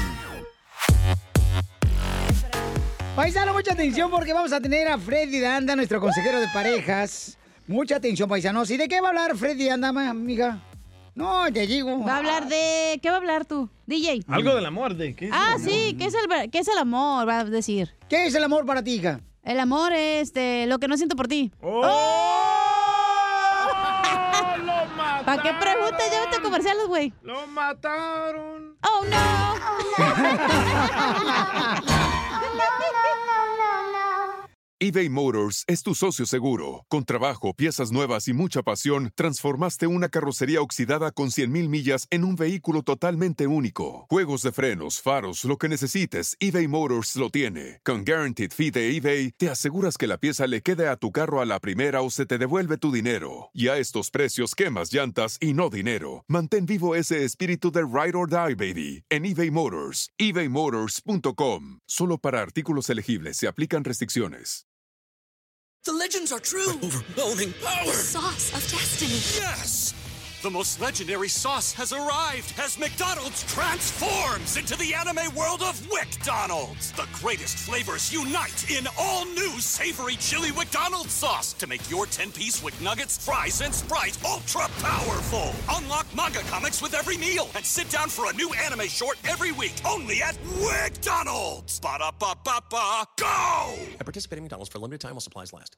Paisano, mucha atención porque vamos a tener a Freddy Anda, nuestro consejero de parejas. Mucha atención, paisanos. ¿Y de qué va a hablar Freddy Anda, amiga? No, te digo. Va a hablar de... ¿Qué va a hablar tú, DJ? Algo del amor, ¿de qué es el amor? Sí, ¿qué es el amor? Va a decir. ¿Qué es el amor para ti, hija? El amor es lo que no siento por ti. ¿Para qué preguntas? Llévate a comerciales, güey. Lo mataron. Oh, no. eBay Motors es tu socio seguro. Con trabajo, piezas nuevas y mucha pasión, transformaste una carrocería oxidada con 100,000 millas en un vehículo totalmente único. Juegos de frenos, faros, lo que necesites, eBay Motors lo tiene. Con Guaranteed Fee de eBay, te aseguras que la pieza le quede a tu carro a la primera o se te devuelve tu dinero. Y a estos precios, quemas llantas y no dinero. Mantén vivo ese espíritu de Ride or Die, baby, en eBay Motors. ebaymotors.com. Solo para artículos elegibles se aplican restricciones. The legends are true. Overwhelming power! The sauce of destiny. Yes! The most legendary sauce has arrived as McDonald's transforms into the anime world of WickDonald's. The greatest flavors unite in all new savory chili McDonald's sauce to make your 10-piece Wick Nuggets, fries, and Sprite ultra-powerful. Unlock manga comics with every meal and sit down for a new anime short every week only at WickDonald's. Ba-da-ba-ba-ba, go! At participating McDonald's for a limited time while supplies last.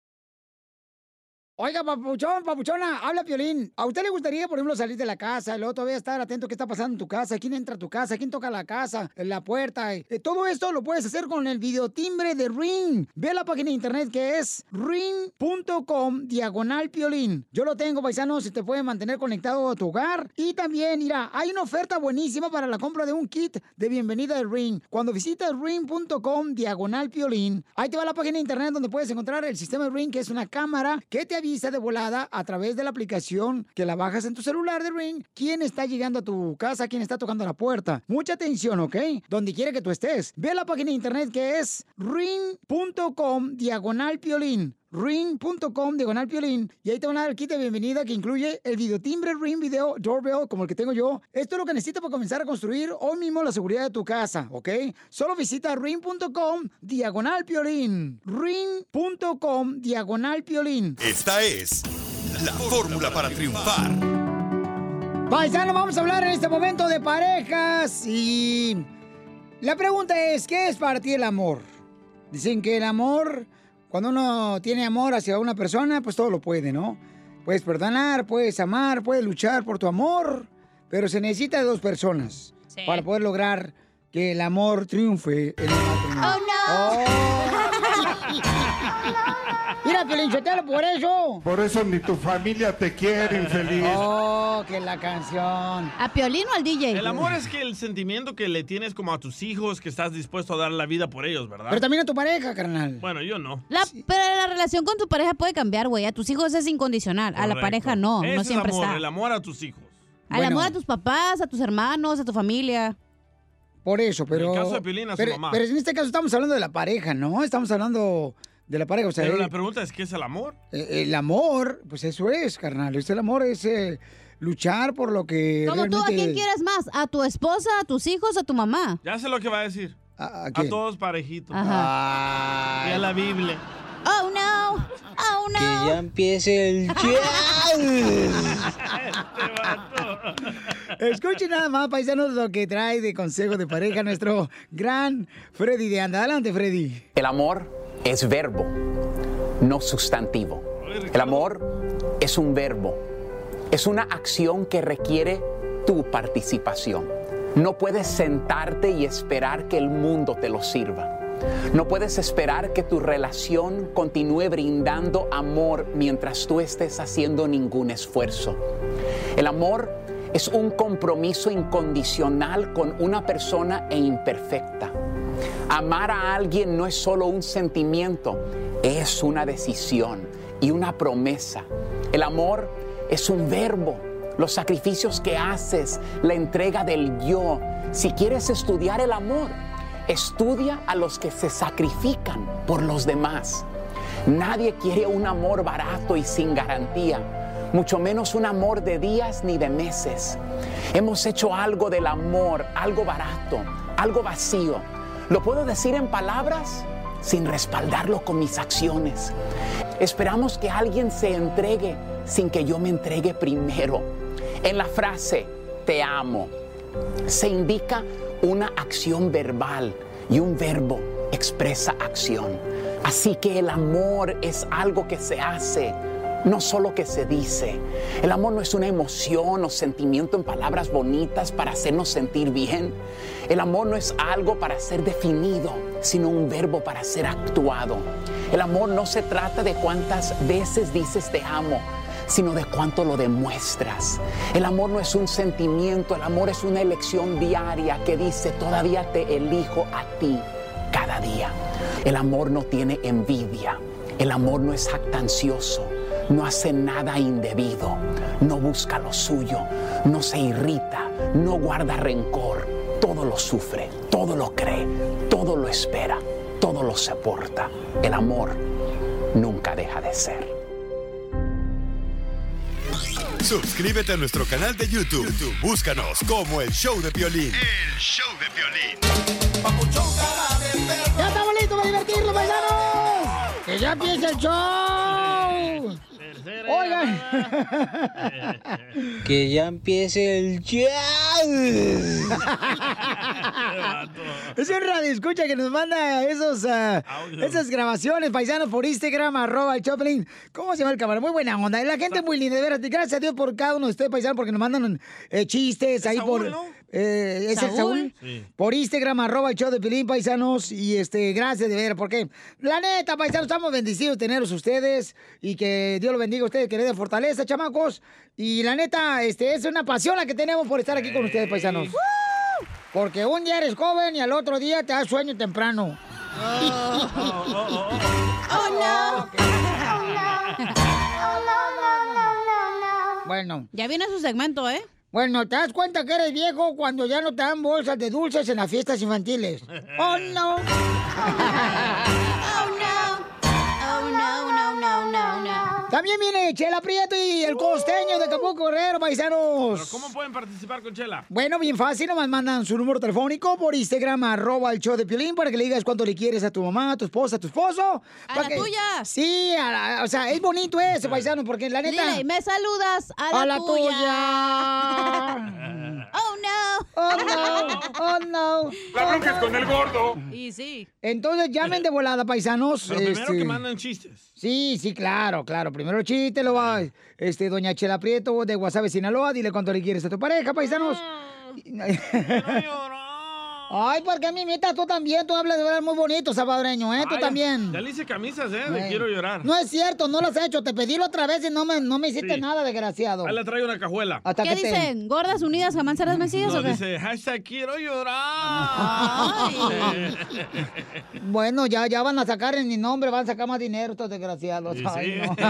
Oiga, papuchón, papuchona, habla Piolín. ¿A usted le gustaría, por ejemplo, salir de la casa y luego todavía estar atento a qué está pasando en tu casa? ¿Quién entra a tu casa? ¿Quién toca la casa? La puerta. Todo esto lo puedes hacer con el videotimbre de Ring. Ve a la página de internet que es ring.com/Piolín. Yo lo tengo, paisanos, y te puede mantener conectado a tu hogar. Y también, mira, hay una oferta buenísima para la compra de un kit de bienvenida de Ring. Cuando visitas ring.com/Piolín, ahí te va la página de internet donde puedes encontrar el sistema de Ring, que es una cámara que te avisa de volada a través de la aplicación que la bajas en tu celular de Ring, quién está llegando a tu casa, quién está tocando la puerta. Mucha atención, ¿ok? Donde quiera que tú estés. Ve a la página de internet que es ring.com/Piolín. ring.com/Piolín y ahí te van a dar el kit de bienvenida que incluye el videotimbre Ring Video Doorbell como el que tengo yo. Esto es lo que necesitas para comenzar a construir hoy mismo la seguridad de tu casa, ¿ok? Solo visita ring.com/Piolín. ring.com/Piolín. Esta es la fórmula para triunfar. Paisano, vamos a hablar en este momento de parejas y la pregunta es, ¿qué es para ti el amor? Dicen que el amor... Cuando uno tiene amor hacia una persona, pues todo lo puede, ¿no? Puedes perdonar, puedes amar, puedes luchar por tu amor, pero se necesita de dos personas para poder lograr que el amor triunfe en el matrimonio. ¡Oh, no! Mira, Piolinsotelo, por eso. Por eso ni tu familia te quiere, infeliz. Oh, que la canción. ¿A Piolín o al DJ? El amor es que el sentimiento que le tienes como a tus hijos, que estás dispuesto a dar la vida por ellos, ¿verdad? Pero también a tu pareja, carnal. Bueno, yo no. Pero la relación con tu pareja puede cambiar, güey. A tus hijos es incondicional. Correcto. A la pareja no. Ese no siempre es amor, está. el amor a tus hijos. Al amor a tus papás, a tus hermanos, a tu familia. Por eso, pero... En el caso de Piolín, a su mamá. Pero en este caso estamos hablando de la pareja, ¿no? Estamos hablando de la pareja, o sea... Pero la pregunta es, ¿qué es el amor? El amor, pues eso es, carnal. El amor es luchar por lo que Como realmente... tú, ¿a quién quieres más? ¿A tu esposa, a tus hijos, a tu mamá? Ya sé lo que va a decir. ¿A todos parejitos. Ajá. Y a la Biblia. Oh, no. Oh, no. Que ya empiece el Escuchen nada más, paisanos, lo que trae de consejo de pareja nuestro gran Freddy de Anda. Adelante, Freddy. El amor es verbo, no sustantivo. El amor es un verbo. Es una acción que requiere tu participación. No puedes sentarte y esperar que el mundo te lo sirva. No puedes esperar que tu relación continúe brindando amor mientras tú estés haciendo ningún esfuerzo. El amor es un compromiso incondicional con una persona imperfecta. Amar a alguien no es solo un sentimiento, es una decisión y una promesa. El amor es un verbo. Los sacrificios que haces, la entrega del yo. Si quieres estudiar el amor, estudia a los que se sacrifican por los demás. Nadie quiere un amor barato y sin garantía, mucho menos un amor de días ni de meses. Hemos hecho algo del amor, algo barato, algo vacío. ¿Lo puedo decir en palabras? Sin respaldarlo con mis acciones. Esperamos que alguien se entregue sin que yo me entregue primero. En la frase, te amo, se indica una acción verbal y un verbo expresa acción. Así que el amor es algo que se hace, no solo que se dice. El amor no es una emoción o sentimiento en palabras bonitas para hacernos sentir bien. El amor no es algo para ser definido, sino un verbo para ser actuado. El amor no se trata de cuántas veces dices te amo, sino de cuánto lo demuestras. El amor no es un sentimiento, el amor es una elección diaria que dice, todavía te elijo a ti cada día. El amor no tiene envidia, el amor no es jactancioso, no hace nada indebido, no busca lo suyo, no se irrita, no guarda rencor, todo lo sufre, todo lo cree, todo lo espera, todo lo soporta. El amor nunca deja de ser. Suscríbete a nuestro canal de YouTube. Búscanos como El Show de Piolín. El Show de Piolín. ¡Ya estamos listos para divertirnos, paisanos! ¡Que ya empiece el show! Oigan. Que ya empiece el jazz. Es un radio escucha que nos manda esas grabaciones, paisanos, por Instagram, @el_Choplin. ¿Cómo se llama el camarada? Muy buena onda. La gente muy linda, de veras. Gracias a Dios por cada uno de ustedes, paisanos, porque nos mandan chistes ahí Saúl, por... ¿no? ¿Es el Saúl? Sí. Por Instagram, @el_show_de_Piolín, paisanos. Y gracias de ver, porque la neta, paisanos, estamos bendecidos de tenerlos ustedes. Y que Dios los bendiga a ustedes, que les dé fortaleza, chamacos. Y la neta, es una pasión la que tenemos por estar aquí con ustedes, paisanos. Porque un día eres joven y al otro día te da sueño temprano. Bueno. Ya viene su segmento, ¿eh? Bueno, ¿te das cuenta que eres viejo cuando ya no te dan bolsas de dulces en las fiestas infantiles? ¡Oh, no! Oh, no. Oh, no, no, no, no, no. También viene Chela Prieto y el costeño de Acapulco, Guerrero, paisanos. ¿Pero cómo pueden participar con Chela? Bueno, bien fácil, nomás mandan su número telefónico por Instagram, @el_show_de_Piolín, para que le digas cuánto le quieres a tu mamá, a tu esposa, a tu esposo. ¡A la tuya! Sí, o sea, es bonito eso, paisano, porque la neta... Dile, me saludas a la tuya. ¡Oh, no! ¡Oh, no! ¡Oh, no! La bronca es con el gordo. Y sí. Entonces llamen de volada, paisanos. Pero primero que mandan chistes. Sí, claro. Primero chiste, lo va, doña Chela Prieto de Guasave, Sinaloa, dile cuánto le quieres a tu pareja, paisanos. Ay, ¿por qué me imitas tú también? Tú hablas de verdad muy bonito, salvadoreño, ¿eh? Tú también. Ya le hice camisas, de Quiero Llorar. No es cierto, no las he hecho. Te pedí la otra vez y no me hiciste nada, desgraciado. Ahí le traigo una cajuela. ¿Qué dicen? ¿Gordas unidas jamás serás vencidas o qué? Dice, #Quiero Llorar. Bueno, ya van a sacar en mi nombre, van a sacar más dinero estos desgraciados. Sí, ay, no.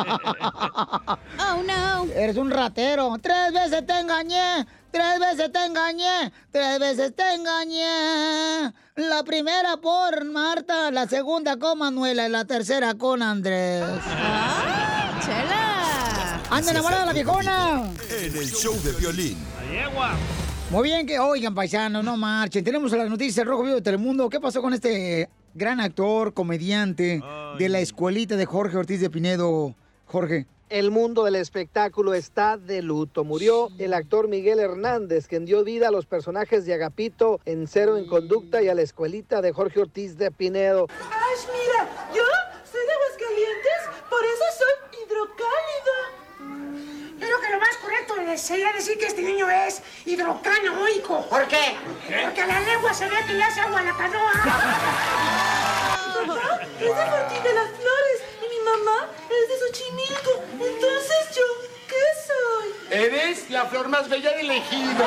Oh, no. Eres un ratero. 3 veces te engañé. 3 veces te engañé, 3 veces te engañé. La primera por Marta, la segunda con Manuela y la tercera con Andrés. ¡Chela! ¡Anda enamorada la viejona! En el Show de Piolín. Muy bien, que oigan, paisanos, no marchen. Tenemos las noticias Rojo Vivo de Telemundo. ¿Qué pasó con este gran actor, comediante de la escuelita de Jorge Ortiz de Pinedo, Jorge? El mundo del espectáculo está de luto. Murió el actor Miguel Hernández, quien dio vida a los personajes de Agapito en Cero en Conducta y a la escuelita de Jorge Ortiz de Pinedo. ¡Ay, mira! Yo soy de Aguascalientes, por eso soy hidrocálida. Creo que lo más correcto sería decir que este niño es hidrocanoico. ¿Por qué? Porque a la lengua se ve que le hace agua a la canoa. Papá es de Martín de las Flores y mi mamá es de Xochimilco. Entonces, ¿yo qué soy? Eres la flor más bella del ejido.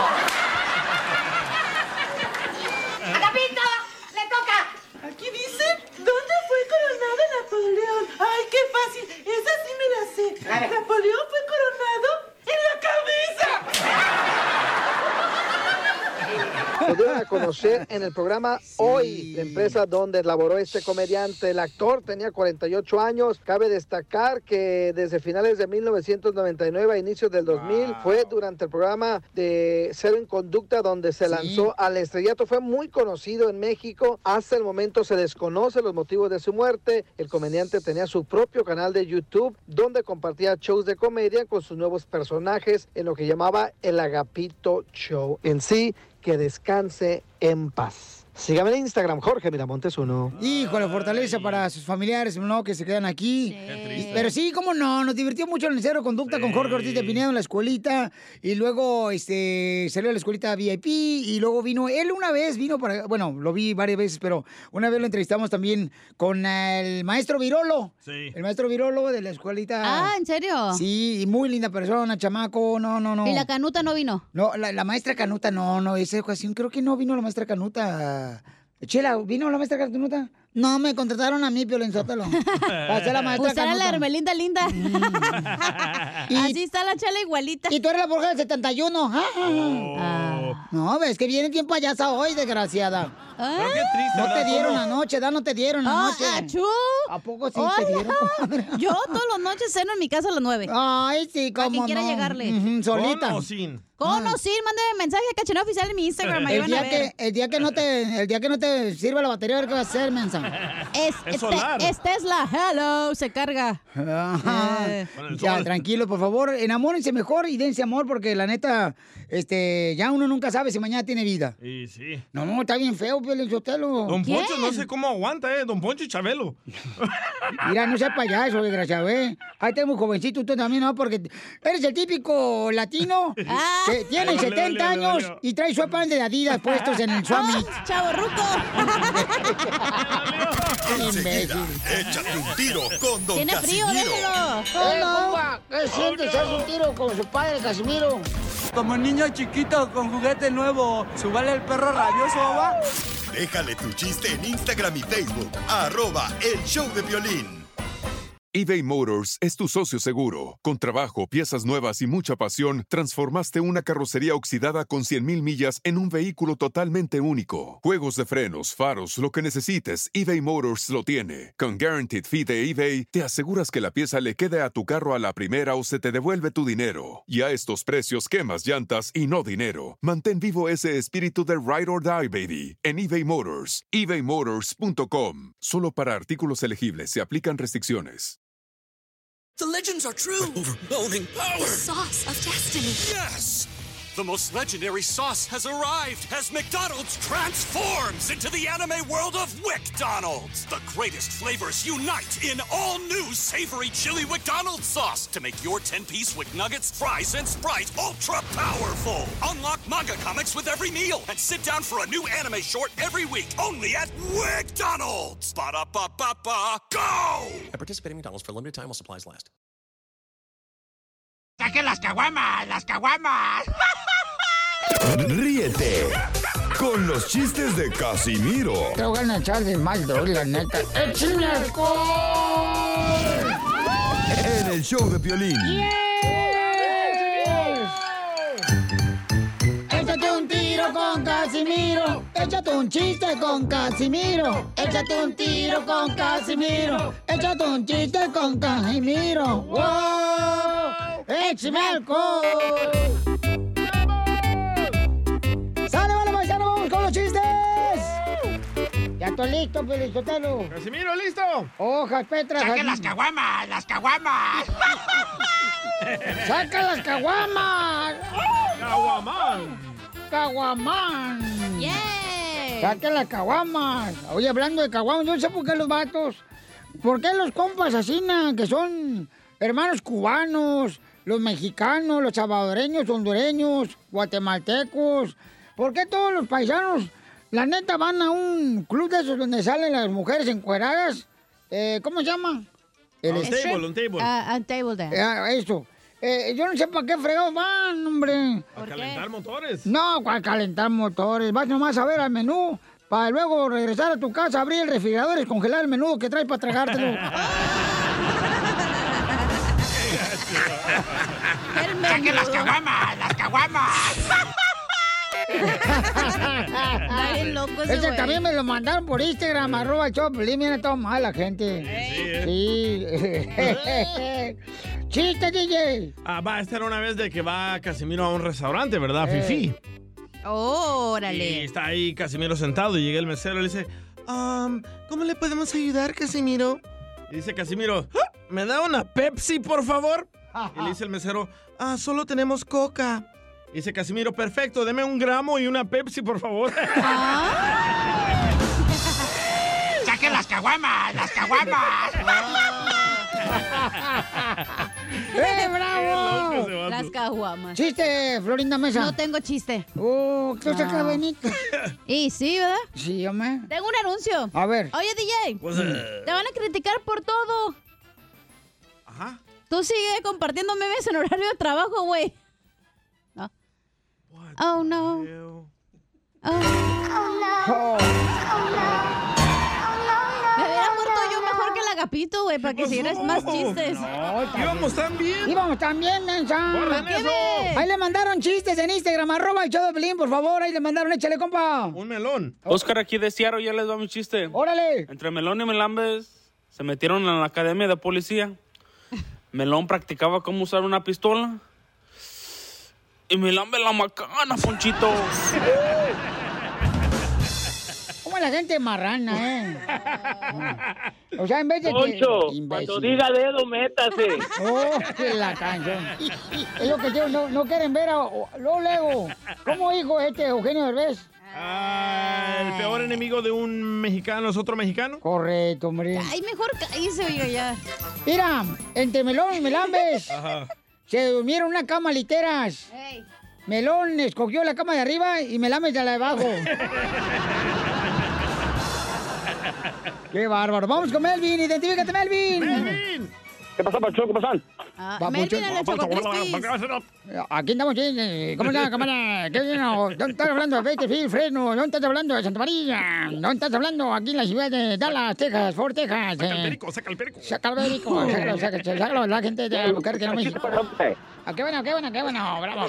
¡Agapito! ¡Le toca! Aquí dice, ¿dónde fue coronado Napoleón? ¡Ay, qué fácil! Esa sí me la sé. Napoleón fue coronado en la cabeza. Se dieron a conocer en el programa Hoy, la empresa donde laboró este comediante. El actor tenía 48 años. Cabe destacar que desde finales de 1999 a inicios del 2000 fue durante el programa de Cero en Conducta donde se lanzó al estrellato. Fue muy conocido en México. Hasta el momento se desconoce los motivos de su muerte. El comediante tenía su propio canal de YouTube donde compartía shows de comedia con sus nuevos personajes en lo que llamaba el Agapito Show. En sí, que descanse en paz. Sígame en Instagram, Jorge Miramontes 1. Híjole, fortaleza para sus familiares, ¿no? Que se quedan aquí. Pero sí, cómo no, nos divirtió mucho en el Cero Conducta con Jorge Ortiz de Pinedo en la escuelita. Y luego salió a la escuelita VIP. Y luego vino, él una vez vino para, bueno, lo vi varias veces, pero una vez lo entrevistamos también con el maestro Virolo. Sí. El maestro Virolo de la escuelita. Ah, ¿en serio? Sí, y muy linda persona, chamaco, no. ¿Y la Canuta no vino? No, la maestra Canuta no, esa ocasión creo que no vino la maestra Canuta. Chela, ¿vino la maestra Canuta? No, me contrataron a mí, Piolín Sotelo. Para ser la maestra pues era Canuta. la Hermelinda linda. Así está la Chela igualita. Y tú eres la bruja del 71. No, ves que viene tiempo payasa hoy, desgraciada. Pero qué triste. No te dieron anoche, no te dieron anoche. ¡Achú! ¿A poco sí Hola. te dieron, comadre? Yo todas las noches ceno en mi casa a las 9. Ay, sí, cómo quien quiera no. llegarle. Solita. ¿Con o sin? Con o sin, mándeme mensaje a Cachaneo Oficial en mi Instagram. Ahí El van a día, ver. el día que no te sirva la batería, a ver qué vas a hacer, mensa. Es solar. Es Tesla. Hello, se carga. Ajá. Ya, tranquilo, por favor. Enamórense mejor y dense amor porque la neta, ya uno nunca sabe si mañana tiene vida. Y sí. No, está bien feo, Piolín Sotelo. Don Poncho no sé cómo aguanta, Don Poncho y Chabelo. Mira, no seas payaso, desgraciado, Ahí tengo un jovencito, tú también, ¿no? Porque eres el típico latino que tiene 70 años y trae sweatpants de Adidas puestos en el Summit. ¡Chavorruco! Enseguida, échate un tiro con Don Tiene frío, Casimiro. déjelo. Hola. ¿Qué sientes? ¿Haz un tiro con su padre, Casimiro? Como niño chiquito con juguete nuevo, ¿subale el perro rabioso, va? Déjale tu chiste en Instagram y Facebook, @El Show de Piolín. eBay Motors es tu socio seguro. Con trabajo, piezas nuevas y mucha pasión, transformaste una carrocería oxidada con 100,000 millas en un vehículo totalmente único. Juegos de frenos, faros, lo que necesites, eBay Motors lo tiene. Con Guaranteed Fee de eBay, te aseguras que la pieza le quede a tu carro a la primera o se te devuelve tu dinero. Y a estos precios, quemas llantas y no dinero. Mantén vivo ese espíritu de Ride or Die, baby, en eBay Motors. ebaymotors.com. Solo para artículos elegibles se aplican restricciones. The legends are true. But overwhelming power! The sauce of destiny. Yes! The most legendary sauce has arrived as McDonald's transforms into the anime world of WickDonald's. The greatest flavors unite in all new savory chili McDonald's sauce to make your 10-piece Wick Nuggets, fries, and Sprite ultra-powerful. Unlock manga comics with every meal and sit down for a new anime short every week only at WickDonald's. Ba-da-ba-ba-ba, go! At participating McDonald's for a limited time while supplies last. ¡Saquen las caguamas! ¡Las caguamas! Ríete con los chistes de Casimiro Te voy a echar de mal, la neta. ¡Échame alcohol! en el show de Piolín. Échate un tiro con Casimiro. Échate un chiste con Casimiro. Échate un tiro con Casimiro. Échate un chiste con Casimiro. ¡Wow! ¡Échame alcohol! ¡Sale, vale, paisano! ¡Vamos con los chistes! Ya estoy listo, Pelizotelo. ¡Casimiro, listo! ¡Hojas, Petras! ¡Saquen las caguamas! ¡Las caguamas! ¡Saca las caguamas! ¡Caguamán! ¡Caguamán! ¡Yeah! ¡Saquen las caguamas! Oye, hablando de caguamas, yo no sé por qué los vatos, por qué los compas así, que son hermanos cubanos, los mexicanos, los salvadoreños, hondureños, guatemaltecos? ¿Por qué todos los paisanos, la neta, van a un club de esos donde salen las mujeres encueradas? ¿Cómo se llama? Un table. Un table dance. Eso. Yo no sé para qué fregados van, hombre. ¿A calentar motores? No, ¿cuál calentar motores? Vas nomás a ver al menú para luego regresar a tu casa, abrir el refrigerador y congelar el menudo que traes para tragártelo. ¡Saquen las caguamas! ¡Las caguamas! Está bien loco ese güey. También me lo mandaron por Instagram, @Choplin. Mira, todo mal la gente. Sí. ¡Chiste, DJ! Esta era una vez de que va Casimiro a un restaurante, ¿verdad, Fifi? Órale. Y está ahí Casimiro sentado y llega el mesero y le dice, ¿cómo le podemos ayudar, Casimiro? Y dice Casimiro, ¿me da una Pepsi, por favor? Y le dice el mesero, solo tenemos Coca. Y dice Casimiro, perfecto, deme 1 gramo y una Pepsi, por favor. ¡Saquen las caguamas! ¡Las caguamas! ¡Bravo! Las caguamas. ¡Chiste, Florinda Mesa! No tengo chiste. ¿Qué saca Benito? Y sí, ¿verdad? Sí, hombre. Tengo un anuncio. A ver. Oye, DJ. Te van a criticar por todo. Ajá. Tú sigue compartiendo memes en horario de trabajo, güey. ¿No? Oh, no. Oh, no. Me hubiera muerto yo mejor que el Agapito, güey, para que siguieras más chistes. No, íbamos tan bien. Íbamos tan bien, mensa. ¡Guarden eso! Ahí le mandaron chistes en Instagram, @el-show-de-Piolín, por favor. Ahí le mandaron, échale, compa. Un melón. Oscar aquí de Seattle, ya les va mi chiste. ¡Órale! Entre Melón y Melambes se metieron en la academia de policía. Melón practicaba cómo usar una pistola. Y Melambes la macana, Ponchito. Como la gente marrana, O sea, en vez de Poncho, que... cuando diga dedo, métase. Oh, que la canción. Es lo que yo, no quieren ver a... Luego, ¿cómo dijo Eugenio Derbez? El peor enemigo de un mexicano es otro mexicano. Correcto, hombre. Ay, mejor cállese, oiga, ya. Mira, entre Melón y Melambes se durmieron en una cama literas. Hey. Melón escogió la cama de arriba y Melambes de la de abajo. ¡Qué bárbaro! Vamos con Melvin. Identifícate, Melvin. ¡Melvin! ¿Qué pasa, Pacho? ¿Cómo están? Melvin en el Choco Crispis. Aquí andamos, ¿cómo está, cámara? ¿Dónde estás hablando de Bakersfield, Fresno? ¿Dónde estás hablando de Santa María? ¿Dónde estás hablando? Aquí en la ciudad de Dallas, Texas, Fort Texas. Saca el perico, saca el perico. Saca el perico, sácalo, la gente de Albuquerque, no México. Qué bueno, bravo.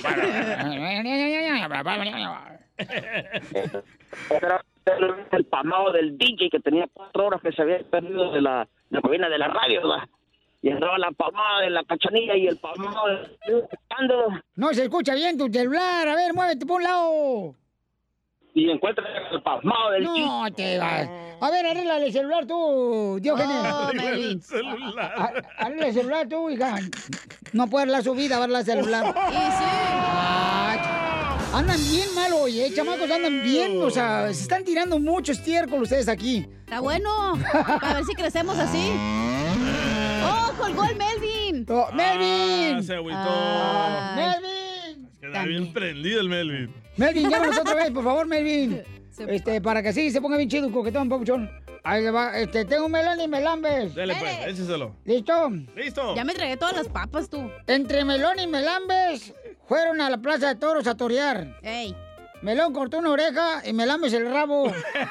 El pamado del DJ que tenía 4 horas que se había perdido de la cabina de la radio, ¿verdad? Y entraba la palmada de la Cachanilla y el palmado No se escucha bien tu celular. A ver, muévete por un lado. Y encuentra el palmado del No te vas. A ver, arréglale el celular tú, Diógenes. Arregla el celular. Arregla el celular tú, hija. No puede dar la subida, arregla el celular. Y sí. Andan bien mal hoy, chamacos, andan bien. O sea, se están tirando mucho estiércol ustedes aquí. Está bueno. Para ver si crecemos así. ¡Oh, colgó el Melvin! ¡Melvin! Se agüitó. ¡Melvin! Es que está bien prendido el Melvin. Melvin, llámanos otra vez, por favor, Melvin. Para que así se ponga bien chido, coquetón, papuchón. Ahí le va. Tengo un melón y melambes. Dale, pues, écheselo. ¿Listo? ¡Listo! Ya me tragué todas las papas, tú. Entre Melón y Melambes fueron a la plaza de toros a torear. ¡Ey! Melón cortó una oreja y Melambes el rabo.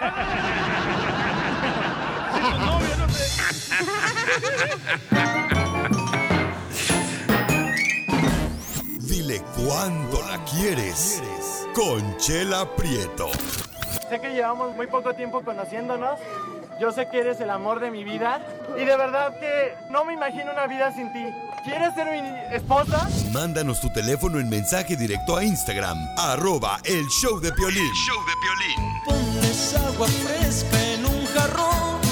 Dile cuándo la quieres. Conchela Prieto. Sé que llevamos muy poco tiempo conociéndonos. Yo sé que eres el amor de mi vida. Y de verdad que no me imagino una vida sin ti. ¿Quieres ser mi esposa? Mándanos tu teléfono en mensaje directo a Instagram. @el-show-de-Piolín. El show de Piolín. Pones agua fresca en un jarrón.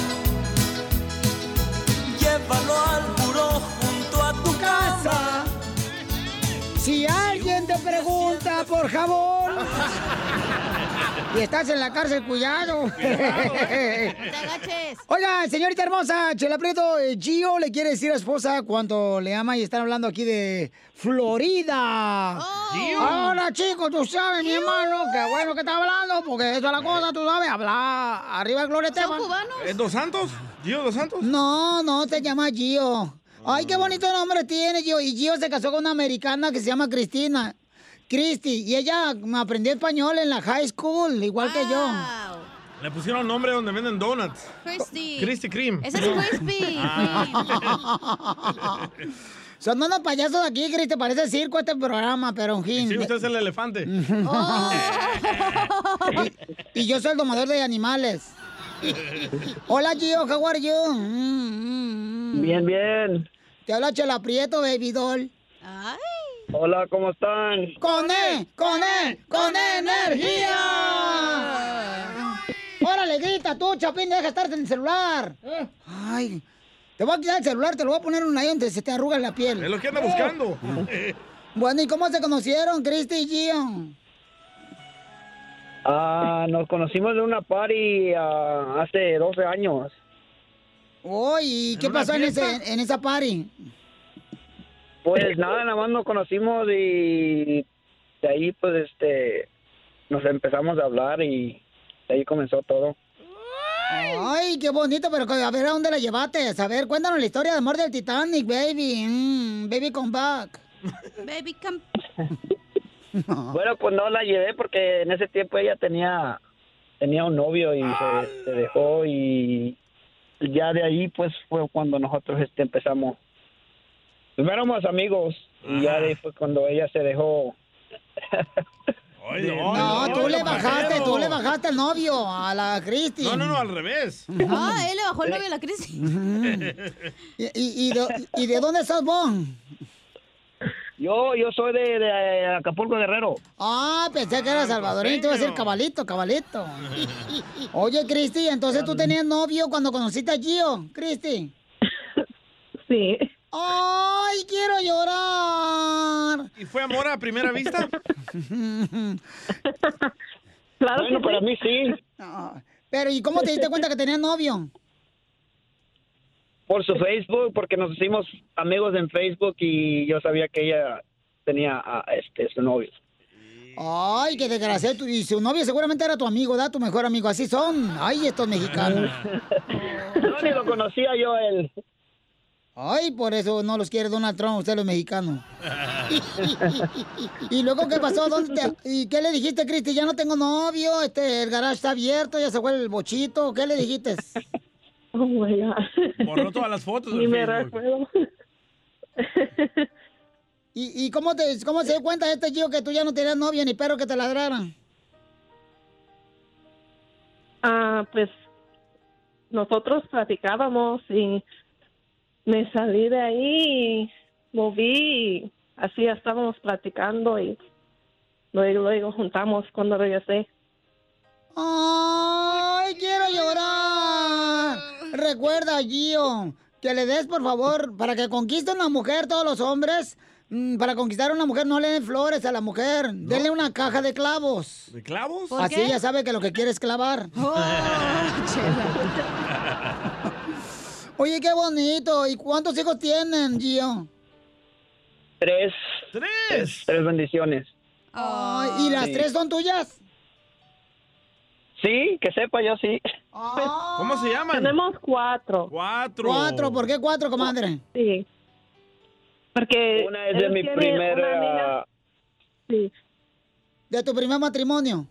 Llévalo al buró junto a tu casa. Si alguien te pregunta por jabón, Y estás en la cárcel, cuidado. No te agaches. Oiga, señorita hermosa, Chela Prieto, Gio le quiere decir a su esposa cuánto le ama y están hablando aquí de Florida. Gio. Ahora, chicos, tú sabes, mi hermano, qué bueno que está hablando, porque eso es la cosa, tú sabes, habla arriba de Gloria ¿Son Estefan. cubanos? ¿Es Dos Santos? ¿Gio Dos Santos? No, se llama Gio. Ay, qué bonito nombre tiene Gio. Y Gio se casó con una americana que se llama Cristi, y ella aprendió español en la high school, igual que yo. Le pusieron nombre donde venden donuts. Krispy Kreme. Ese es Crispy. Son unos payasos aquí, Cristi, parece circo este programa, pero en fin. Sí, usted es el elefante. Y yo soy el domador de animales. Hola, Gio, how are you? Bien, bien. Te habla Chela Prieto, baby doll. Ay. Hola, ¿cómo están? ¡Con energía! ¡Órale, grita tú, Chapín, deja de estar en el celular! Ay, te voy a quitar el celular, te lo voy a poner ahí donde se te arruga la piel. Es lo que anda buscando. Bueno, ¿y cómo se conocieron, Cristi y Gio? Nos conocimos en una party hace 12 años. Oh, ¿y qué pasó en esa party? Pues nada más nos conocimos y de ahí pues nos empezamos a hablar y de ahí comenzó todo. Ay, qué bonito, pero a ver, ¿a dónde la llevaste? A ver, cuéntanos la historia de amor del Titanic, baby. Baby, come back. Baby, come. Bueno, pues no la llevé porque en ese tiempo ella tenía un novio y se dejó y ya de ahí pues fue cuando nosotros empezamos. Primero éramos amigos y ya de ahí fue cuando ella se dejó. No, tú le bajaste al novio, a la Cristi. No, al revés. Él le bajó el novio a la Cristi. ¿Y de dónde estás vos? Yo soy de Acapulco, Guerrero. Ah, pensé que era salvadoreño, te iba a decir cabalito. Oye, Cristi, entonces tú tenías novio cuando conociste a Gio, Cristi. Sí. ¡Ay, quiero llorar! ¿Y fue amor a primera vista? Claro. Bueno, para mí sí. Pero, ¿y cómo te diste cuenta que tenías novio? Por su Facebook, porque nos hicimos amigos en Facebook y yo sabía que ella tenía a su novio. Ay, qué desgraciado. Y su novio seguramente era tu amigo, ¿da? Tu mejor amigo. Así son. Ay, estos mexicanos. No, ni lo conocía yo a él. Ay, por eso no los quiere Donald Trump, usted los mexicanos. ¿Y luego qué pasó? ¿Y qué le dijiste, Cristi? Ya no tengo novio, el garage está abierto, ya se fue el bochito. ¿Qué le dijiste? Oh, my God. Borró todas las fotos Ni del me Facebook. recuerdo. ¿Y cómo se dio cuenta Gio que tú ya no tenías novia ni perro que te ladraran? Pues nosotros platicábamos y me salí de ahí y moví y así estábamos platicando y luego juntamos cuando regresé. ¡Ay, quiero llorar! Recuerda, Gio, que le des, por favor, para que conquiste una mujer, todos los hombres, para conquistar a una mujer no le den flores a la mujer, denle una caja de clavos. ¿De clavos? Así ella sabe que lo que quiere es clavar. Oye, qué bonito. ¿Y cuántos hijos tienen, Gio? 3. ¡3! 3 bendiciones. Ay, ¿y las 3 son tuyas? Sí, que sepa yo sí. ¿Cómo se llaman? Tenemos 4. 4, ¿por qué 4, comadre? Sí. Porque una es de mi primera... Sí. ¿De tu primer matrimonio?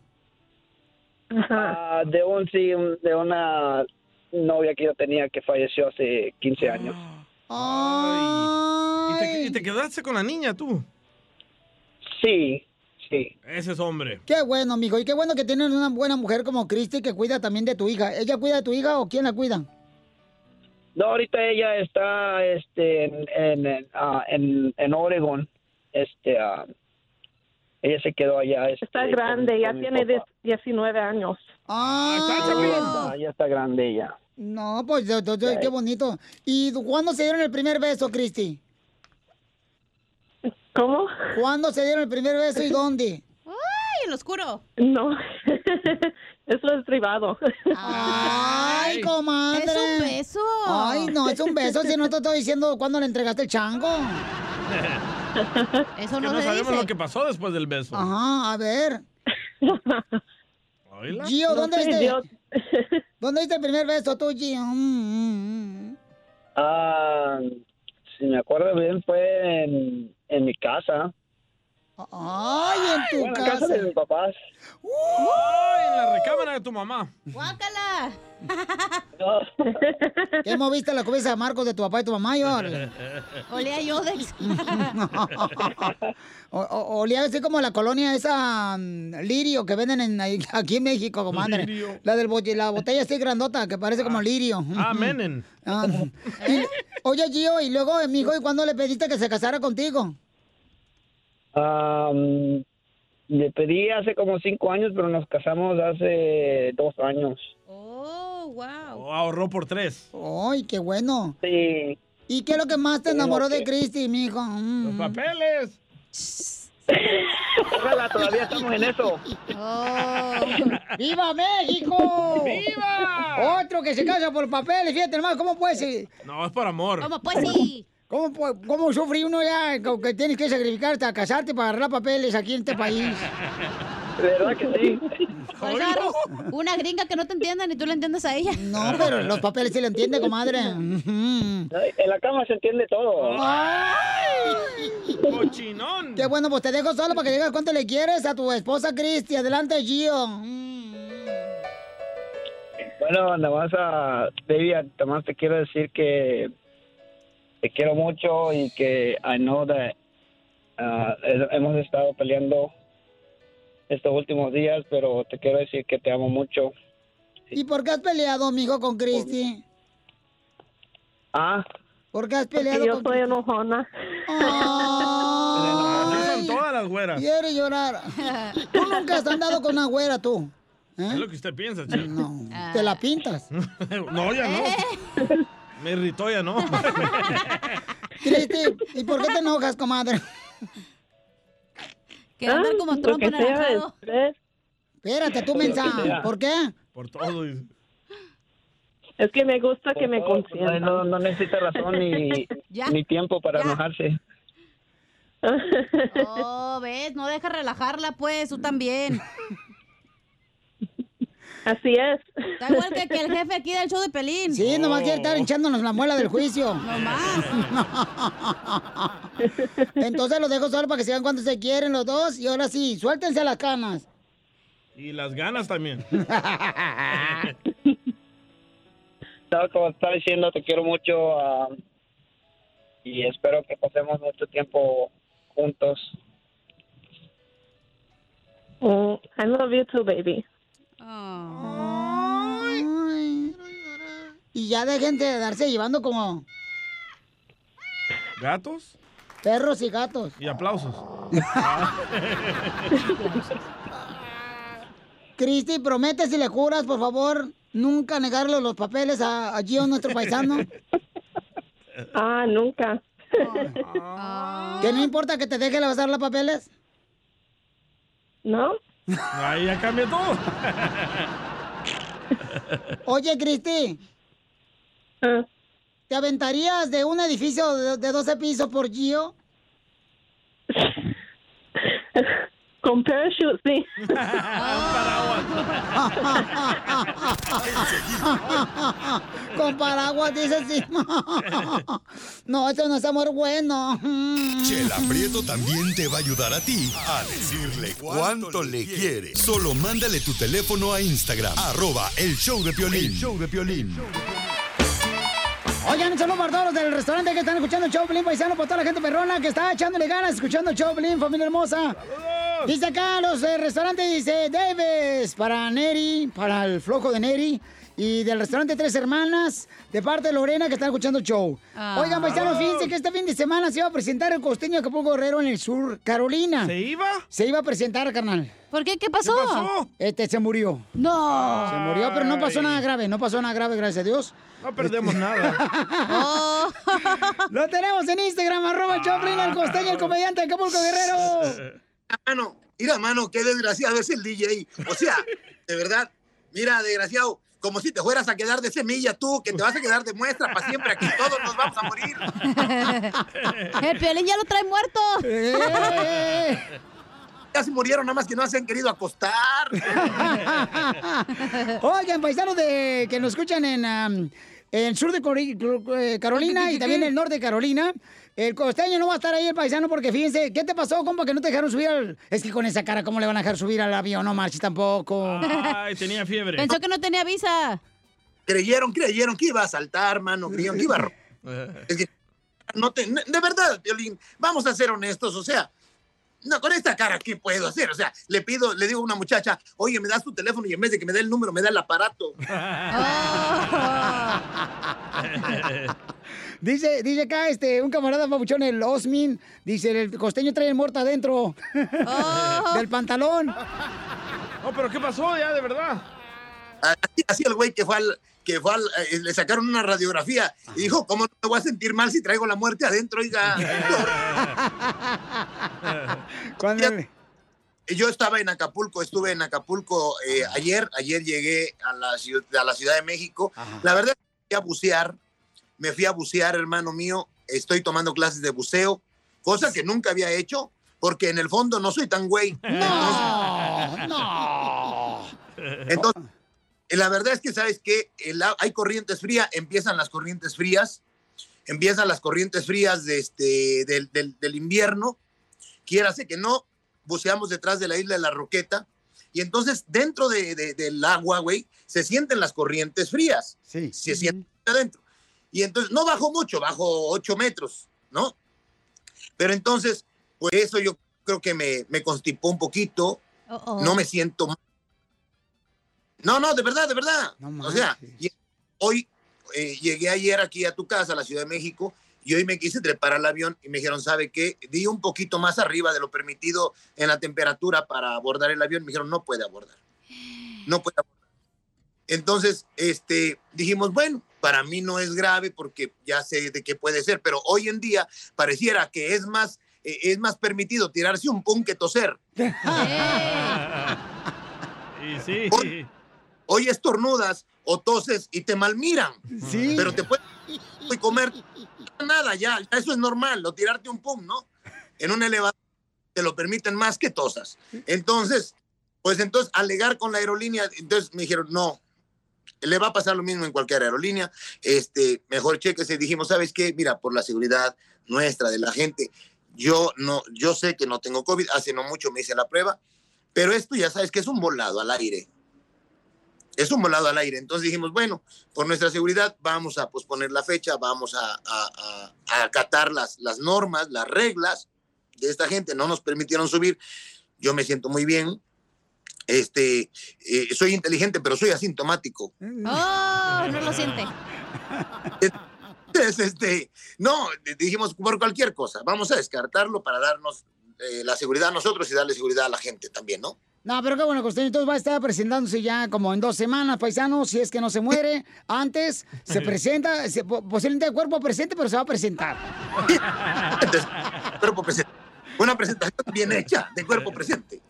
de una novia que yo tenía que falleció hace 15 años. ¿Y te quedaste con la niña tú? Sí. Ese es hombre. Qué bueno, mijo. Y qué bueno que tienes una buena mujer como Cristi que cuida también de tu hija. ¿Ella cuida de tu hija o quién la cuida? No, ahorita ella está en Oregon. Ella se quedó allá. Está grande, ya tiene 19 años. Ya está grande ella. No, pues qué bonito. ¿Y cuándo se dieron el primer beso, Cristi? ¿Cómo? ¿Cuándo se dieron el primer beso y dónde? ¡Ay, en lo oscuro! No. Eso es privado. Ay, comadre. Es un beso. Ay, no, es un beso. Si no te estoy diciendo cuándo le entregaste el chango. Eso Que no no se sabemos dice. lo que pasó después del beso. Ajá, a ver. Oíla. Gio, ¿dónde No sé, viste? yo- ¿Dónde viste el primer beso tú, Gio? Si me acuerdo bien, fue en mi casa. Ay, en tu En la casa de mis papás. Ay, en la recámara de tu mamá. ¡Guácala! ¿Qué moviste la cabeza de Marcos de tu papá y tu mamá? Yo? Olía yo de... Olía así como la colonia esa lirio que venden aquí en México, comadre. Lirio. La la botella así grandota que parece como lirio. Menen. Oye, Gio, y luego, mijo, ¿y cuándo le pediste que se casara contigo? Le pedí hace como 5 años, pero nos casamos hace 2 años. Oh, wow. Oh, ahorró por 3. Ay, qué bueno. Sí. ¿Y qué es lo que más te enamoró de que- Cristi, mijo? Los papeles. Ojalá, todavía estamos en eso. ¡Viva México! ¡Viva! Otro que se casa por papeles, fíjate hermano, ¿cómo puede ser? No, es por amor. ¿Cómo pues sí? ¿Cómo sufre uno ya que tienes que sacrificarte a casarte para agarrar papeles aquí en este país? ¿Verdad que sí? Pues agarras una gringa que no te entienda ni tú le entiendes a ella. No, pero los papeles sí lo entiende, comadre. En la cama se entiende todo. ¡Cochinón! Qué bueno, pues te dejo solo para que digas cuánto le quieres a tu esposa Cristi. Adelante, Gio. Bueno, nada más te quiero decir que te quiero mucho y que I know that hemos estado peleando estos últimos días, pero te quiero decir que te amo mucho. ¿Y por qué has peleado, mijo, con Cristi? ¿Por qué has peleado Porque yo con soy enojona. Así son todas las güeras. Quiere llorar. Tú nunca has andado con una güera, tú. Es lo que usted piensa, chico. No, te la pintas. No, ya no. Me irritó, ya no. Cristi, ¿y por qué te enojas, comadre? Que andar como trompo anaranjado. Espérate, tú, mensa. ¿Por qué? Por todo. Es que me gusta que me consientan. No necesita razón ni tiempo para enojarse. Oh, ¿ves? No deja relajarla, pues, tú también. Así es. Está igual que el jefe aquí del show de Pelín. Sí, nomás quiere estar hinchándonos la muela del juicio. Nomás. Entonces los dejo solo para que se vean cuánto se quieren los dos. Y ahora sí, suéltense las canas. Y las ganas también. Como estaba diciendo, te quiero mucho y espero que pasemos mucho tiempo juntos. I love you too, baby. Ay. Y ya dejen de darse llevando como ¿Gatos? perros y gatos. Y aplausos. Cristi, promete si le juras, por favor, nunca negarle los papeles a Gio, nuestro paisano. Nunca. ¿Que no importa que te deje le vas a dar los papeles? ¿No? Ahí ya cambia todo. Oye, Cristi. ¿Te aventarías de un edificio de 12 pisos por Gio? Con parachute, sí. Con paraguas, dice sí. No, eso no es amor bueno. Chela Prieto también te va a ayudar a ti a decirle cuánto le quiere. Solo mándale tu teléfono a Instagram, @el show de Piolín. El show de Piolín. Oigan, un saludo para todos los del restaurante que están escuchando el show, Pelín, paisano, para toda la gente perrona que está echándole ganas escuchando el show, Pelín, familia hermosa. Dice acá los restaurantes, dice Davis, para Neri, para el flojo de Neri, y del restaurante Tres Hermanas, de parte de Lorena, que están escuchando el show. Oigan, paisanos, fíjense que este fin de semana se iba a presentar el costeño de Acapulco Guerrero en el sur, Carolina. ¿Se iba? Se iba a presentar, carnal. ¿Por qué? ¿Qué pasó? Se murió. No. Se murió, pero no pasó nada grave, gracias a Dios. No perdemos nada. Lo tenemos en Instagram, @Choplin, el costeño, el comediante de Acapulco Guerrero. Mira, mano, qué desgraciado es el DJ. O sea, de verdad, mira, desgraciado, como si te fueras a quedar de semilla tú, que te vas a quedar de muestra para siempre. Aquí todos nos vamos a morir. El Piolín ya lo trae muerto. Ya se murieron, nada más que no se han querido acostar. Oigan, paisanos que nos escuchan en el sur de Carolina y también en el norte de Carolina. El costeño no va a estar ahí, el paisano, porque fíjense, ¿qué te pasó, compa, que no te dejaron subir al... Es que con esa cara, ¿cómo le van a dejar subir al avión? No marches tampoco. Ay, tenía fiebre. Pensó que no tenía visa. Creyeron que iba a saltar, mano. Creyeron que iba a... Es que de verdad, Piolín, vamos a ser honestos, o sea... No, con esta cara, ¿qué puedo hacer? O sea, le digo a una muchacha, oye, me das tu teléfono y en vez de que me dé el número, me da el aparato. Dice acá un camarada papuchón, el Osmin, dice, el costeño trae el muerto adentro del pantalón. Oh, pero ¿qué pasó ya, de verdad? Así el güey que fue le sacaron una radiografía y dijo, ¿cómo no me voy a sentir mal si traigo la muerte adentro? Oiga. Yo estuve en Acapulco ayer llegué a la Ciudad de México. Ajá. La verdad, me fui a bucear, hermano mío. Estoy tomando clases de buceo, cosa que nunca había hecho, porque en el fondo no soy tan güey. No. Entonces, la verdad es que, ¿sabes qué? Hay corrientes frías, empiezan las corrientes frías del invierno. Quiérase que no, buceamos detrás de la isla de La Roqueta, y entonces dentro del agua, güey, se sienten las corrientes frías. Sí. Se sienten adentro. Y entonces, no bajo mucho, bajo 8 metros, ¿no? Pero entonces, pues eso yo creo que me constipó un poquito. No me siento mal. No, de verdad. No, o sea, hoy llegué ayer aquí a tu casa, a la Ciudad de México, y hoy me quise trepar al avión y me dijeron, ¿sabe qué? Di un poquito más arriba de lo permitido en la temperatura para abordar el avión. Me dijeron, no puede abordar. Entonces, dijimos, bueno, para mí no es grave porque ya sé de qué puede ser, pero hoy en día pareciera que es más permitido tirarse un pum que toser. Y sí. Hoy estornudas o toses y te malmiran. Sí. Pero te puedes comer nada, ya eso es normal, o tirarte un pum, ¿no? En un elevador te lo permiten más que tosas. Entonces, alegar con la aerolínea, entonces me dijeron, no, le va a pasar lo mismo en cualquier aerolínea, mejor chéquese. Dijimos, ¿sabes qué? Mira, por la seguridad nuestra, de la gente, yo sé que no tengo COVID, hace no mucho me hice la prueba, pero esto ya sabes que es un volado al aire. Entonces dijimos, bueno, por nuestra seguridad vamos a posponer la fecha, vamos a acatar las normas, las reglas de esta gente. No nos permitieron subir. Yo me siento muy bien. Soy inteligente, pero soy asintomático. No lo siente. Entonces, no, dijimos por cualquier cosa. Vamos a descartarlo para darnos la seguridad a nosotros y darle seguridad a la gente también, ¿no? No, pero qué bueno, costeño. Entonces va a estar presentándose ya como en 2 semanas, paisano. Si es que no se muere antes, se presenta, posiblemente de cuerpo presente, pero se va a presentar. Cuerpo presente. Una presentación bien hecha de cuerpo presente.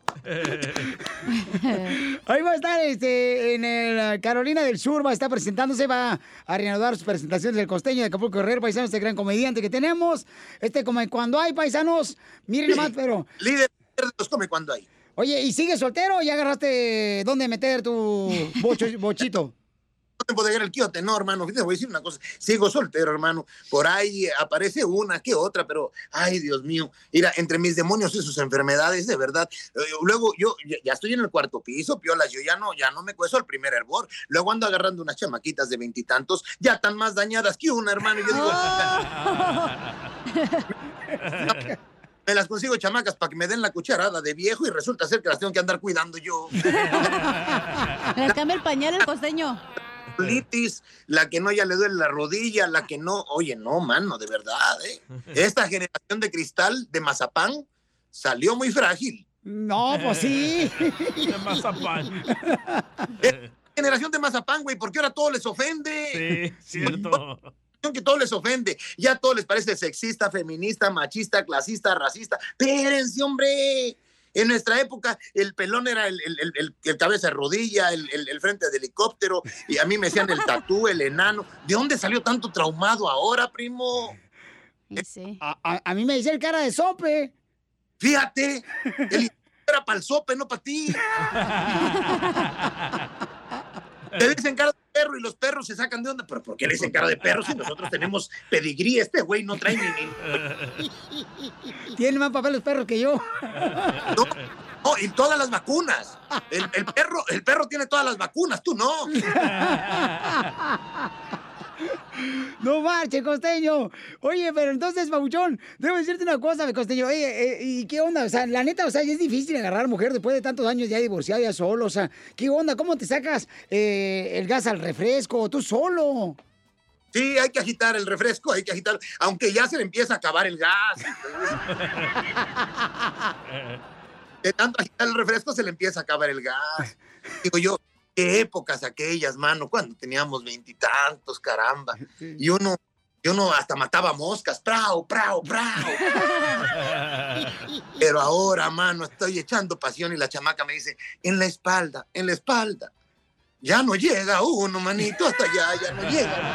Ahí va a estar en el Carolina del Sur, va a estar presentándose, va a reanudar sus presentaciones del costeño de Acapulco Guerrero, paisanos, este gran comediante que tenemos. Como cuando hay, paisanos, miren nomás, pero... Líder de los come cuando hay. Oye, ¿y sigues soltero o ya agarraste dónde meter tu bochito? No te puedo dejar el quiote, no, hermano. Te voy a decir una cosa. Sigo soltero, hermano. Por ahí aparece una que otra, pero, ay, Dios mío. Mira, entre mis demonios y sus enfermedades, de verdad. Luego, yo ya estoy en el 4º piso, piolas. Yo ya no me cueso al primer hervor. Luego ando agarrando unas chamaquitas de 20 y tantos, ya tan más dañadas que una, hermano. Y yo digo... Me las consigo chamacas para que me den la cucharada de viejo y resulta ser que las tengo que andar cuidando yo. Le cambia el pañal el costeño. La que no ya le duele la rodilla, la que no... Oye, no, mano, de verdad, ¿eh? Esta generación de cristal de mazapán salió muy frágil. No, pues sí. De mazapán. Generación de mazapán, güey, porque ahora todo les ofende. Sí, cierto. Que todo les ofende, ya todo les parece sexista, feminista, machista, clasista, racista. Espérense, hombre, En nuestra época, el pelón era el cabeza de rodilla, el frente de helicóptero, y a mí me decían el tatú, el enano. ¿De dónde salió tanto traumado ahora, primo? Sí. A mí me dice el cara de sope. Fíjate, el era para el sope, no para ti. Te dicen cara de perro y los perros se sacan de onda. ¿Pero por qué le dicen cara de perro si nosotros tenemos pedigrí? Este güey no trae ni... Tiene más papel los perros que yo. No, y todas las vacunas. El perro tiene todas las vacunas, tú no. No marche, Costeño. Oye, pero entonces, Pabuchón, debo decirte una cosa, Costeño. Oye, ¿y qué onda? O sea, la neta, o sea, es difícil agarrar mujer después de tantos años ya divorciado, ya solo. O sea, ¿qué onda? ¿Cómo te sacas el gas al refresco? ¿Tú solo? Sí, hay que agitar el refresco, hay que agitar, aunque ya se le empieza a acabar el gas. De tanto agitar el refresco se le empieza a acabar el gas. Digo yo, qué épocas aquellas, mano, cuando teníamos 20 y tantos, caramba. Y uno hasta mataba moscas, prao. Pero ahora, mano, estoy echando pasión y la chamaca me dice, en la espalda. Ya no llega uno, manito, hasta allá, ya no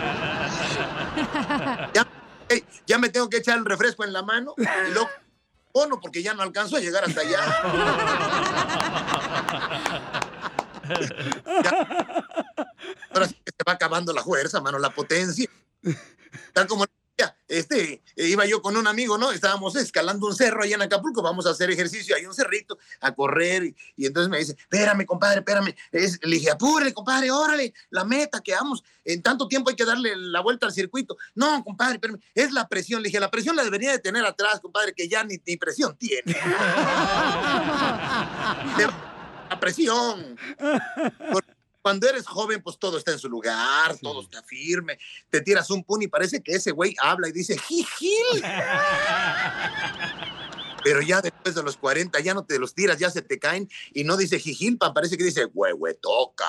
llega. Ya me tengo que echar el refresco en la mano y luego porque ya no alcanzo a llegar hasta allá. Ahora sí que se va acabando la fuerza, mano, la potencia. Tal como iba yo con un amigo, ¿no? Estábamos escalando un cerro allá en Acapulco, vamos a hacer ejercicio, hay un cerrito, a correr, y entonces me dice, espérame, compadre, espérame. Le dije, apúrale, compadre, órale, la meta que vamos, en tanto tiempo hay que darle la vuelta al circuito. No, compadre, espérame, es la presión. Le dije, la presión la debería de tener atrás, compadre, que ya ni presión tiene. La presión. Cuando eres joven, pues todo está en su lugar, todo está firme. Te tiras un pun y parece que ese güey habla y dice, jijil. Pero ya después de los 40 ya no te los tiras, ya se te caen y no dice jijilpa, parece que dice toca.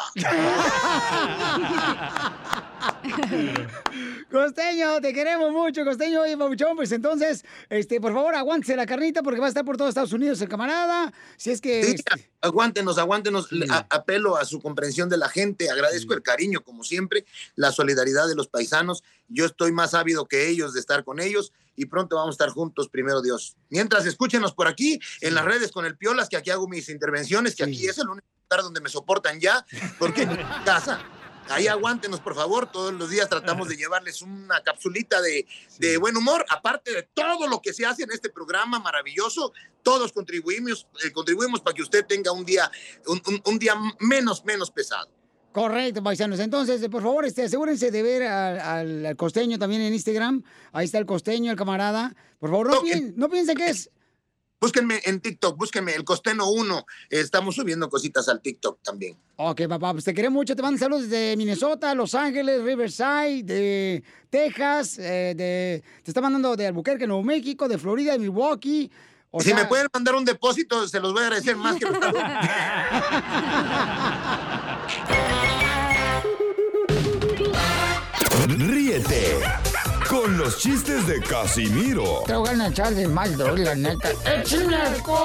Costeño, te queremos mucho, Costeño. Oye, Pabuchón, pues entonces, por favor, aguántese la carnita porque va a estar por todo Estados Unidos el camarada. Si es que... Sí, aguántenos. Apelo a su comprensión de la gente. Agradezco el cariño, como siempre, la solidaridad de los paisanos. Yo estoy más ávido que ellos de estar con ellos y pronto vamos a estar juntos, primero Dios. Mientras, escúchenos por aquí, en las redes con el Piolas, que aquí hago mis intervenciones, que aquí es el único lugar donde me soportan ya, porque en mi casa... Ahí aguántenos, por favor. Todos los días tratamos de llevarles una capsulita de buen humor. Aparte de todo lo que se hace en este programa maravilloso, todos contribuimos para que usted tenga un día menos pesado. Correcto, paisanos. Entonces, por favor, asegúrense de ver al Costeño también en Instagram. Ahí está el Costeño, el camarada. Por favor, no piensen que es... Búsquenme en TikTok, búsquenme el Costeño 1. Estamos subiendo cositas al TikTok también. Ok, papá, pues te queremos mucho. Te mando saludos desde Minnesota, Los Ángeles, Riverside, de Texas, te está mandando de Albuquerque, Nuevo México, de Florida, de Milwaukee. Si me pueden mandar un depósito, se los voy a agradecer más que... Ríete con los chistes de Casimiro. Te voy a echar de mal, la neta. ¡Échame alcohol!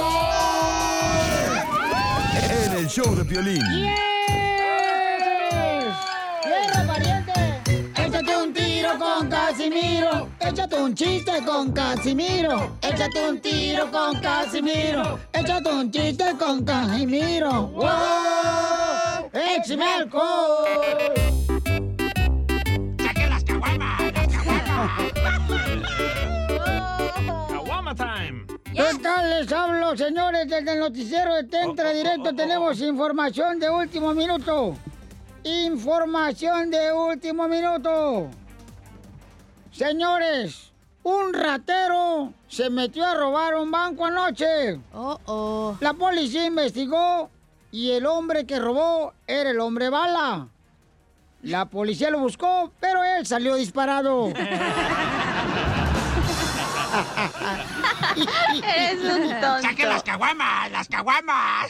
En el show de Piolín. ¡Fierro, pariente! Échate un tiro con Casimiro. Échate un chiste con Casimiro. Échate un tiro con Casimiro. Échate un chiste con Casimiro. ¡Wow! ¡Échame alcohol! Caguama time. ¿Qué tal? Les hablo, señores, desde el noticiero de Tentra Directo. Tenemos información de último minuto. Información de último minuto. Señores, un ratero se metió a robar un banco anoche. La policía investigó y el hombre que robó era el hombre bala. La policía lo buscó, pero él salió disparado. Eres un tonto. ¡Saquen las caguamas! ¡Las caguamas!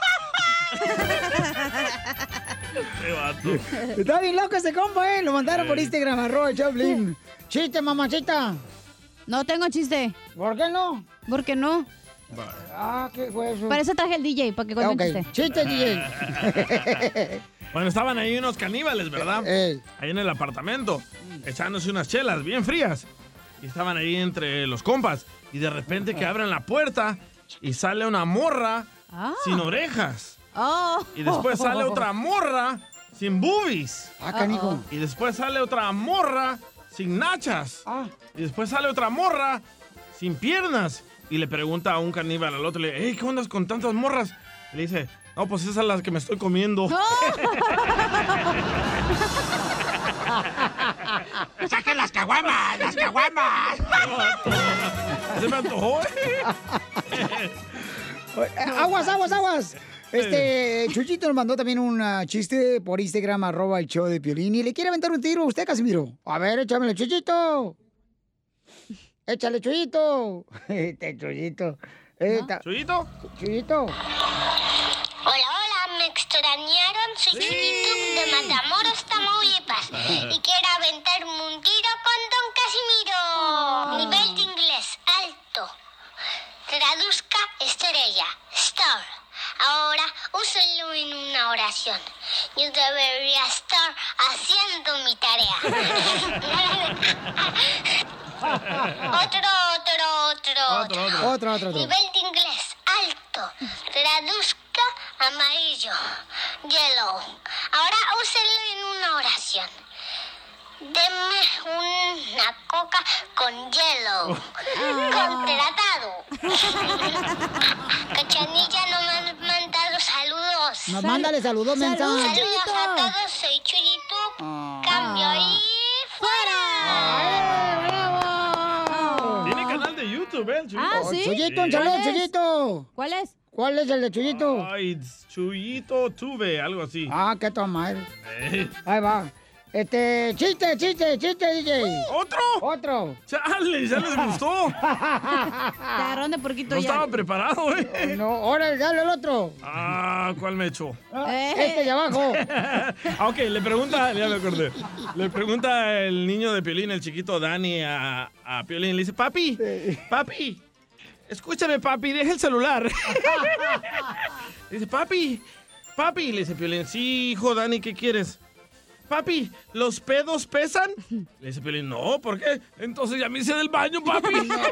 Está bien loco ese compa, Lo mandaron por Instagram, @Choplin. Chiste, mamacita. No tengo chiste. ¿Por qué no? ¿Por qué no? ¿qué fue eso? Para eso traje el DJ, para que cuente un chiste. Chiste, DJ. Bueno, estaban ahí unos caníbales, ¿verdad? Ahí en el apartamento, echándose unas chelas bien frías. Y estaban ahí entre los compas. Y de repente que abren la puerta y sale una morra sin orejas. Y después sale otra morra sin boobies. Canijo. Y después sale otra morra sin nachas. Y después sale otra morra sin piernas. Y le pregunta a un caníbal al otro, le dice, hey, ¿qué ondas con tantas morras? Y le dice, no, pues esas son las que me estoy comiendo. ¡Saquen las caguamas! ¡Las caguamas! Se me antojó. Aguas. Chuyito nos mandó también un chiste por Instagram, @el show de Piolín. Y le quiere aventar un tiro a usted, Casimiro. A ver, échamele, Chuyito. Échale, Chuyito. Chuyito. ¿Chuyito? Chuyito. Hola, ¿me extrañaron? Soy Chuyito de Matamoros, Tamaulipas. Y quiero aventarme un tiro con Don Casimiro. Nivel de inglés alto. Traduzca estrella. Star. Ahora úselo en una oración. Yo debería estar haciendo mi tarea. Otro. Nivel de inglés alto. Traduzca amarillo. Yellow. Ahora úselo en una oración. Deme una coca con hielo. Contratado. Cachanilla no me ha mandado saludos. Nos mándale saludos, mensaje. Saludos a todos, soy Chuyito. Cambio y fuera. Tiene canal de YouTube, ¿eh? ¿Sí? Chuyito, un saludo, Chuyito. ¿Cuál es? ¿Cuál es el de Chuyito? Ay, Chuyito Tuve, algo así. Qué toma. Ahí va. Chiste, DJ. ¿Otro? ¡Chale! ¿Ya les gustó? Agarrón de porquito no ya. estaba preparado, No, órale, dale el otro. ¿Cuál me echó? Este de abajo. Ok, le pregunta, ya me acordé. Le pregunta el niño de Piolín, el chiquito Dani, a Piolín. Le dice, papi, escúchame, papi, deja el celular. Le dice, papi. Le dice Piolín, sí, hijo, Dani, ¿qué quieres? Papi, ¿los pedos pesan? Le dice Piolín, no, ¿por qué? Entonces ya me hice del baño, papi.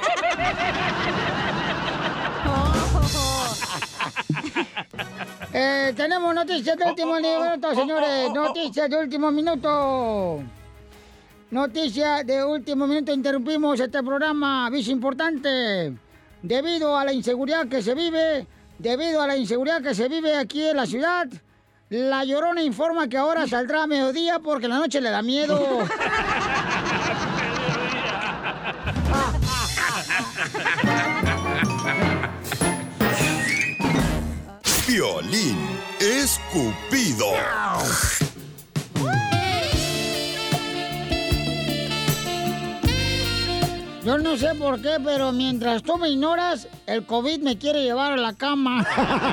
Tenemos noticias de último minuto, señores. Noticias de último minuto. Noticia de último minuto. Interrumpimos este programa. Aviso importante. Debido a la inseguridad que se vive aquí en la ciudad, La Llorona informa que ahora saldrá a mediodía porque la noche le da miedo. Piolín Escupido. Yo no sé por qué, pero mientras tú me ignoras, el COVID me quiere llevar a la cama.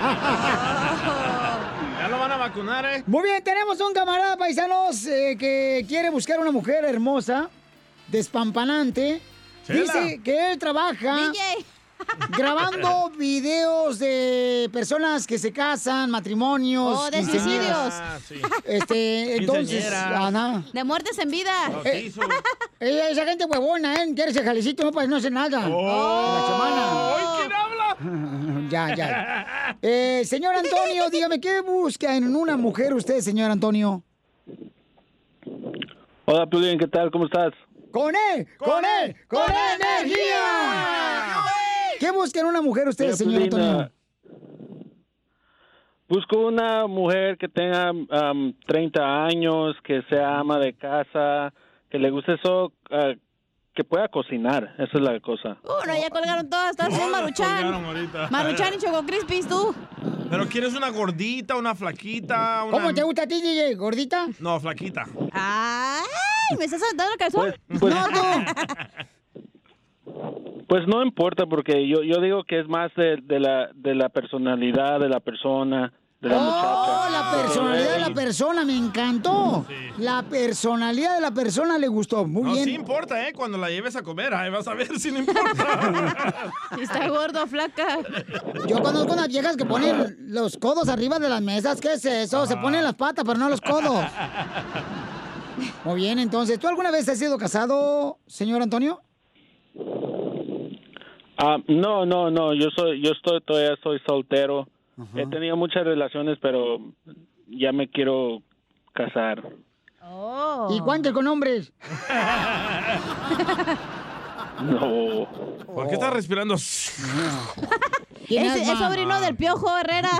Ya lo van a vacunar, ¿eh? Muy bien, tenemos un camarada, paisanos, que quiere buscar una mujer hermosa, despampanante. Chela. Dice que él trabaja DJ. grabando videos de personas que se casan, matrimonios. De suicidios. Sí. Entonces, Ana. De muertes en vida. Esa gente huevona, quiere ese jalecito, no hace nada. La semana. ¡Ay, quién habla! Ya. Señor Antonio, dígame, ¿qué busca en una mujer usted, señor Antonio? Hola, Piolín, ¿qué tal? ¿Cómo estás? ¡Con energía! ¿Qué busca en una mujer usted, señor Antonio? Busco una mujer que tenga 30 años, que sea ama de casa, que le guste eso, que pueda cocinar. Esa es la cosa. No, ya colgaron todas. Estás haciendo Maruchan. Maruchan y Choco Crispis, tú. ¿Pero quieres una gordita, una flaquita? ¿Cómo te gusta a ti, DJ? ¿Gordita? No, flaquita. ¡Ay! ¿Me estás aventando el calzón? Pues, no, tú. Pues no importa, porque yo digo que es más de la personalidad de la persona. de la muchacha. La personalidad de la persona, me encantó. La personalidad de la persona le gustó. Muy No, bien. sí importa, cuando la lleves a comer, ahí vas a ver si no importa. Si está gordo, flaca. Yo conozco unas viejas que ponen los codos arriba de las mesas. ¿Qué es eso? Se ponen las patas, pero no los codos. Muy bien, entonces, ¿tú alguna vez has sido casado, señor Antonio? No, todavía soy soltero. He tenido muchas relaciones, pero ya me quiero casar. ¿Y cuántos con hombres? No. ¿Por qué estás respirando? Es sobrino del Piojo Herrera.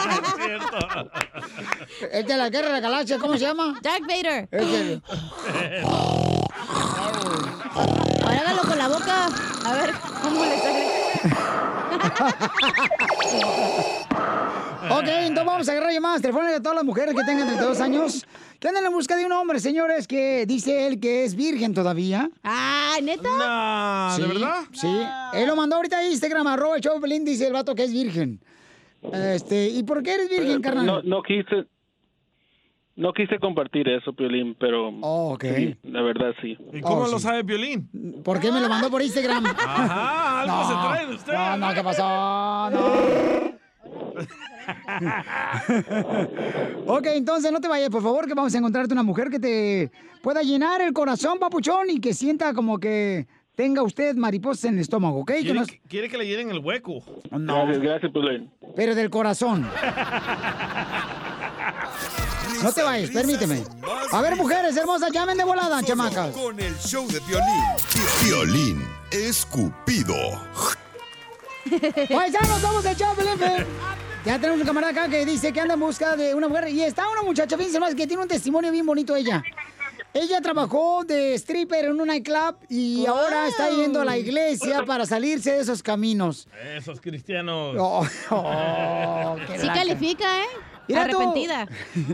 Es de la Guerra de la Galaxia, ¿cómo se llama? Darth Vader. Ahora hágalo con la boca. A ver, ¿cómo le sale? Ok, entonces vamos a agarrar llamadas telefónicas de todas las mujeres que tengan 32 años que andan en busca de un hombre, señores, que dice él que es virgen todavía. Ah, ¿neta? No, Sí, ¿de verdad? Sí. Él lo mandó ahorita a Instagram, @el_show_de_Piolín, dice el vato que es virgen. ¿Y por qué eres virgen, carnal? No quise compartir eso, Piolín, pero ok. Sí, la verdad sí. ¿Y cómo lo sabe Piolín? ¿Por qué me lo mandó por Instagram? Ajá, algo se trae de usted. No, ¿qué pasó? No. Ok, entonces no te vayas, por favor, que vamos a encontrarte una mujer que te pueda llenar el corazón, papuchón, y que sienta como que tenga usted mariposas en el estómago, ¿ok? Quiere que le llenen el hueco. No. Gracias, Piolín. Pero del corazón. No te vayas, permíteme. A ver, mujeres hermosas, llamen de volada, chamacas. Con el show de Piolín. Piolín Escupido. Paisanos, vamos a echar Piolín. Ya tenemos un camarada acá que dice que anda en busca de una mujer. Y está una muchacha, fíjense más, que tiene un testimonio bien bonito ella. Ella trabajó de stripper en un nightclub y ahora está yendo a la iglesia para salirse de esos caminos. Esos cristianos. Sí califica, ¿eh? Mira tú. Arrepentida.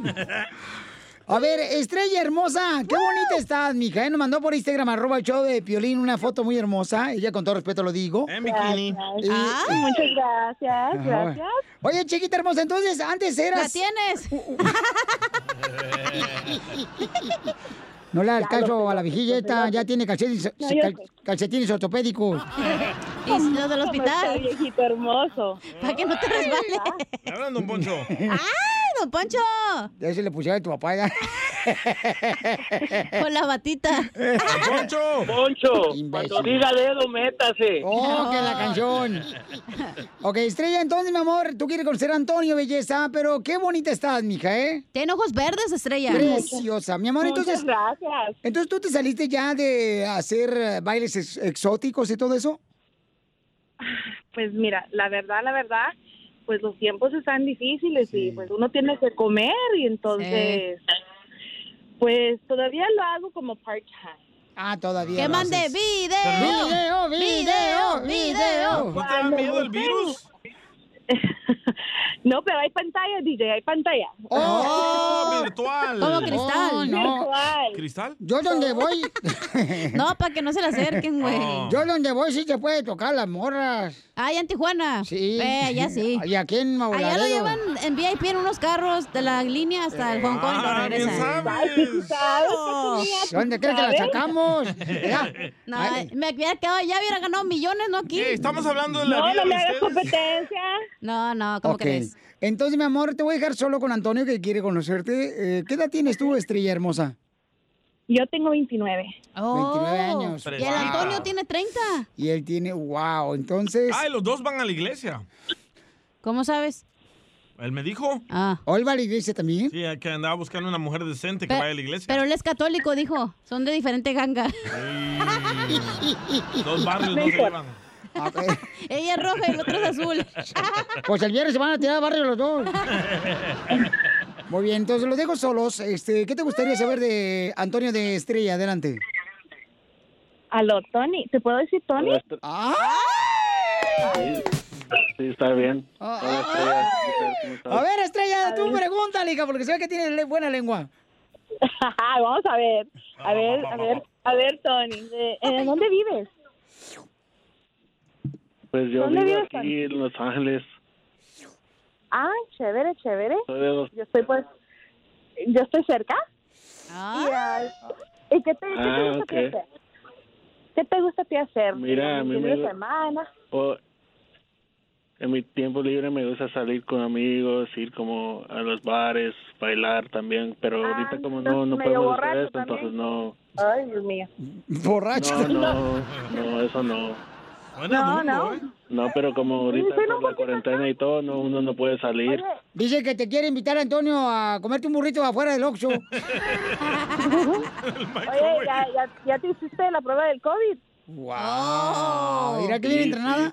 A ver, Estrella hermosa, qué bonita estás, mija. Nos mandó por Instagram, @el_show_de_Piolín, una foto muy hermosa. Ella, con todo respeto, lo digo. En bikini. Muchas gracias, gracias. Oye, chiquita hermosa, entonces, antes eras... ¡La tienes! No le hagas caso a la viejilla esta, ya tiene calcetines ortopédicos. Y los del hospital. Viejito hermoso. Para que no te resbale. Hablan, don Poncho. ¡Ay, don Poncho! Ya se le pusiera a tu papá ya. Con la batita. ¡Poncho! Poncho, cuando diga dedo, métase. ¡Oh, que la canción! Ok, Estrella, entonces, mi amor, tú quieres conocer a Antonio, belleza, pero qué bonita estás, mija, ¿eh? Tiene ojos verdes, Estrella. Preciosa. Mi amor, entonces... Muchas gracias. Entonces, ¿tú te saliste ya de hacer bailes exóticos y todo eso? Pues mira, la verdad, pues los tiempos están difíciles y pues uno tiene que comer y entonces, pues todavía lo hago como part-time. Ah, todavía. ¡Que mande video! ¡Video! ¿No te da miedo el virus? No, pero hay pantalla, DJ, hay pantalla. ¡Oh, virtual! Como cristal. Oh, no. Virtual. ¿Cristal? Yo donde voy... No, para que no se le acerquen, güey. Yo donde voy sí se puede tocar las morras. Ah, ¿ya en Tijuana? Sí. Allá sí. Y aquí en Nuevo Allá lo Laredo. llevan en VIP en unos carros de la línea hasta el Hong Kong y lo bien regresan. sabes. ¿Dónde crees que la sacamos? Ya. No, Ay. me hubiera quedado, ya hubiera ganado millones, ¿no? Aquí. ¿Qué? Estamos hablando de la No, vida no me de hagas ustedes. competencia. No, ¿cómo Ok. crees? Entonces, mi amor, te voy a dejar solo con Antonio, que quiere conocerte. ¿Qué edad tienes tú, Estrella hermosa? Yo tengo 29. 29 años. Y el Antonio tiene 30. Y él tiene, wow, entonces... Ay, los dos van a la iglesia. ¿Cómo sabes? Él me dijo. Ah. ¿O él va a la iglesia también? Sí, que andaba buscando una mujer decente que vaya a la iglesia. Pero él es católico, dijo. Son de diferente ganga. Dos barrios no se llevan. Ella es roja y el otro es azul. Pues el viernes se van a tirar al barrio los dos. Muy bien, entonces los dejo solos. ¿Qué te gustaría saber de Antonio de Estrella? Adelante. Aló, Tony. ¿Te puedo decir Tony? Sí, está bien. Hola, Estrella. ¿Cómo estás? A ver, Estrella, tú pregúntale, hija, porque se ve que tienes buena lengua. Vamos a ver. A ver, Tony. ¿En dónde vives? Pues yo ¿Dónde vivo vives, aquí en Los Ángeles. Ah, chévere, chévere. Soy de los- Yo estoy cerca. ¿Y qué te gusta a ti ok. hacer? ¿Qué te gusta a ti hacer? Mira, a mí ¿En fin de me- semana? En mi tiempo libre me gusta salir con amigos, ir como a los bares, bailar también, pero ahorita como no medio podemos hacer borracho esto, entonces no, Ay, Dios mío. Borracho. no, eso no. No. No, pero como ahorita con la cuarentena y todo, uno no puede salir. Dice que te quiere invitar, Antonio, a comerte un burrito afuera del Oxxo. Oye, ¿ya te hiciste la prueba del COVID? ¡Wow! Mira que bien entrenada.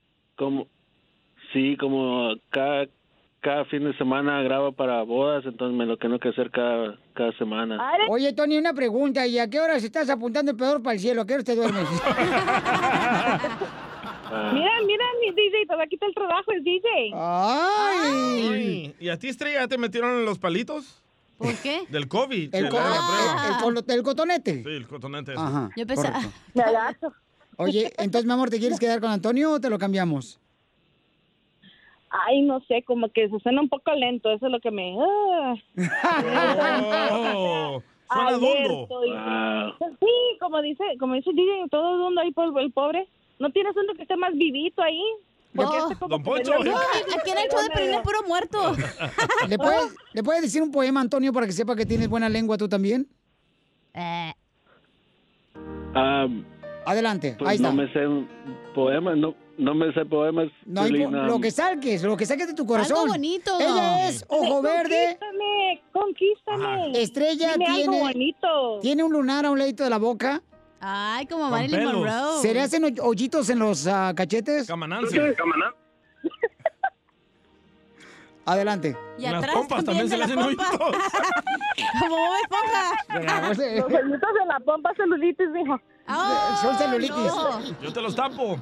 Como cada fin de semana grabo para bodas, entonces me lo tengo que hacer cada semana. Oye, Tony, una pregunta. ¿Y a qué horas estás apuntando el pedor para el cielo? ¿A qué horas te duermes? Mira, mi DJ, te va a quitar el trabajo, el DJ. ¡Ay! ¿Y a ti, Estrella, ya te metieron los palitos? ¿Por qué? Del COVID. El de la prueba. el cotonete. Sí, el cotonete. ese. Ajá. Yo pensaba... correcto. Me agacho. Oye, entonces, mi amor, ¿te quieres quedar con Antonio o te lo cambiamos? Ay, no sé, como que se suena un poco lento, eso es lo que me... Oh, suena Alberto, dundo. Sí, como dice DJ, todo el mundo ahí por el pobre. ¿No tienes uno que esté más vivito ahí? Porque como Don que Poncho. me dio- No, aquí en el show de Pelín es puro muerto. ¿Le puedes decir un poema, Antonio, para que sepa que tienes buena lengua tú también? Adelante, Pues ahí está. no me sé poemas, no me sé poemas. No hay Piolín, lo que saques de tu corazón. Algo bonito. Ella es Ojo Verde. Conquístame. Estrella Dime algo tiene, bonito. tiene un lunar a un ladito de la boca. Ay, como Marilyn Monroe. ¿Se le hacen hoyitos en los cachetes? Camanansi. Adelante. Y atrás también se le hacen hoyitos. Como Bob Esponja. Los hoyitos en la pompa, celulitis, mijo. Son celulitis. Yo te los tapo.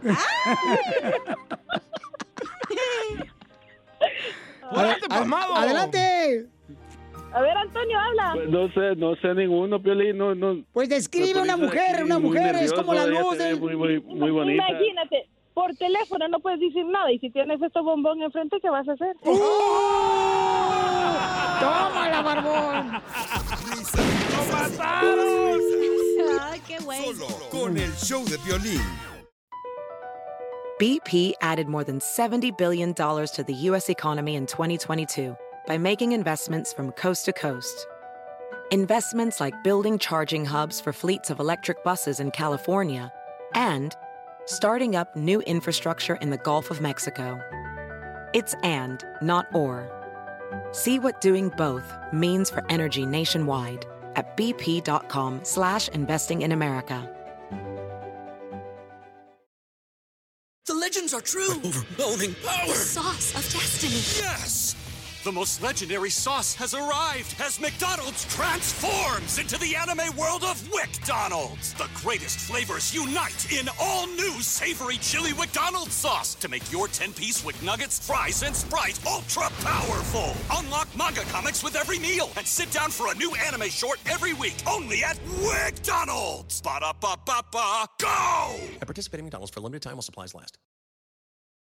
Adelante. A ver, Antonio, habla. Pues no sé ninguno, Piolín, no. Pues describe una mujer, es como la luz del... Muy bonita. Imagínate, por teléfono no puedes decir nada, y si tienes este bombón enfrente, ¿qué vas a hacer? ¡Tómala, barbón! Ay, qué güey. Solo con el show de Piolín. BP added more than $70 billion to the U.S. economy in 2022 by making investments from coast to coast. Investments like building charging hubs for fleets of electric buses in California and starting up new infrastructure in the Gulf of Mexico. It's and, not or. See what doing both means for energy nationwide at bp.com/investing in America. The legends are true. Overwhelming power! The sauce of destiny. Yes! The most legendary sauce has arrived as McDonald's transforms into the anime world of WickDonald's. The greatest flavors unite in all new savory chili McDonald's sauce to make your 10-piece Wick Nuggets, fries, and Sprite ultra-powerful. Unlock manga comics with every meal and sit down for a new anime short every week only at WickDonald's. Ba-da-ba-ba-ba, go! At participating McDonald's for a limited time while supplies last.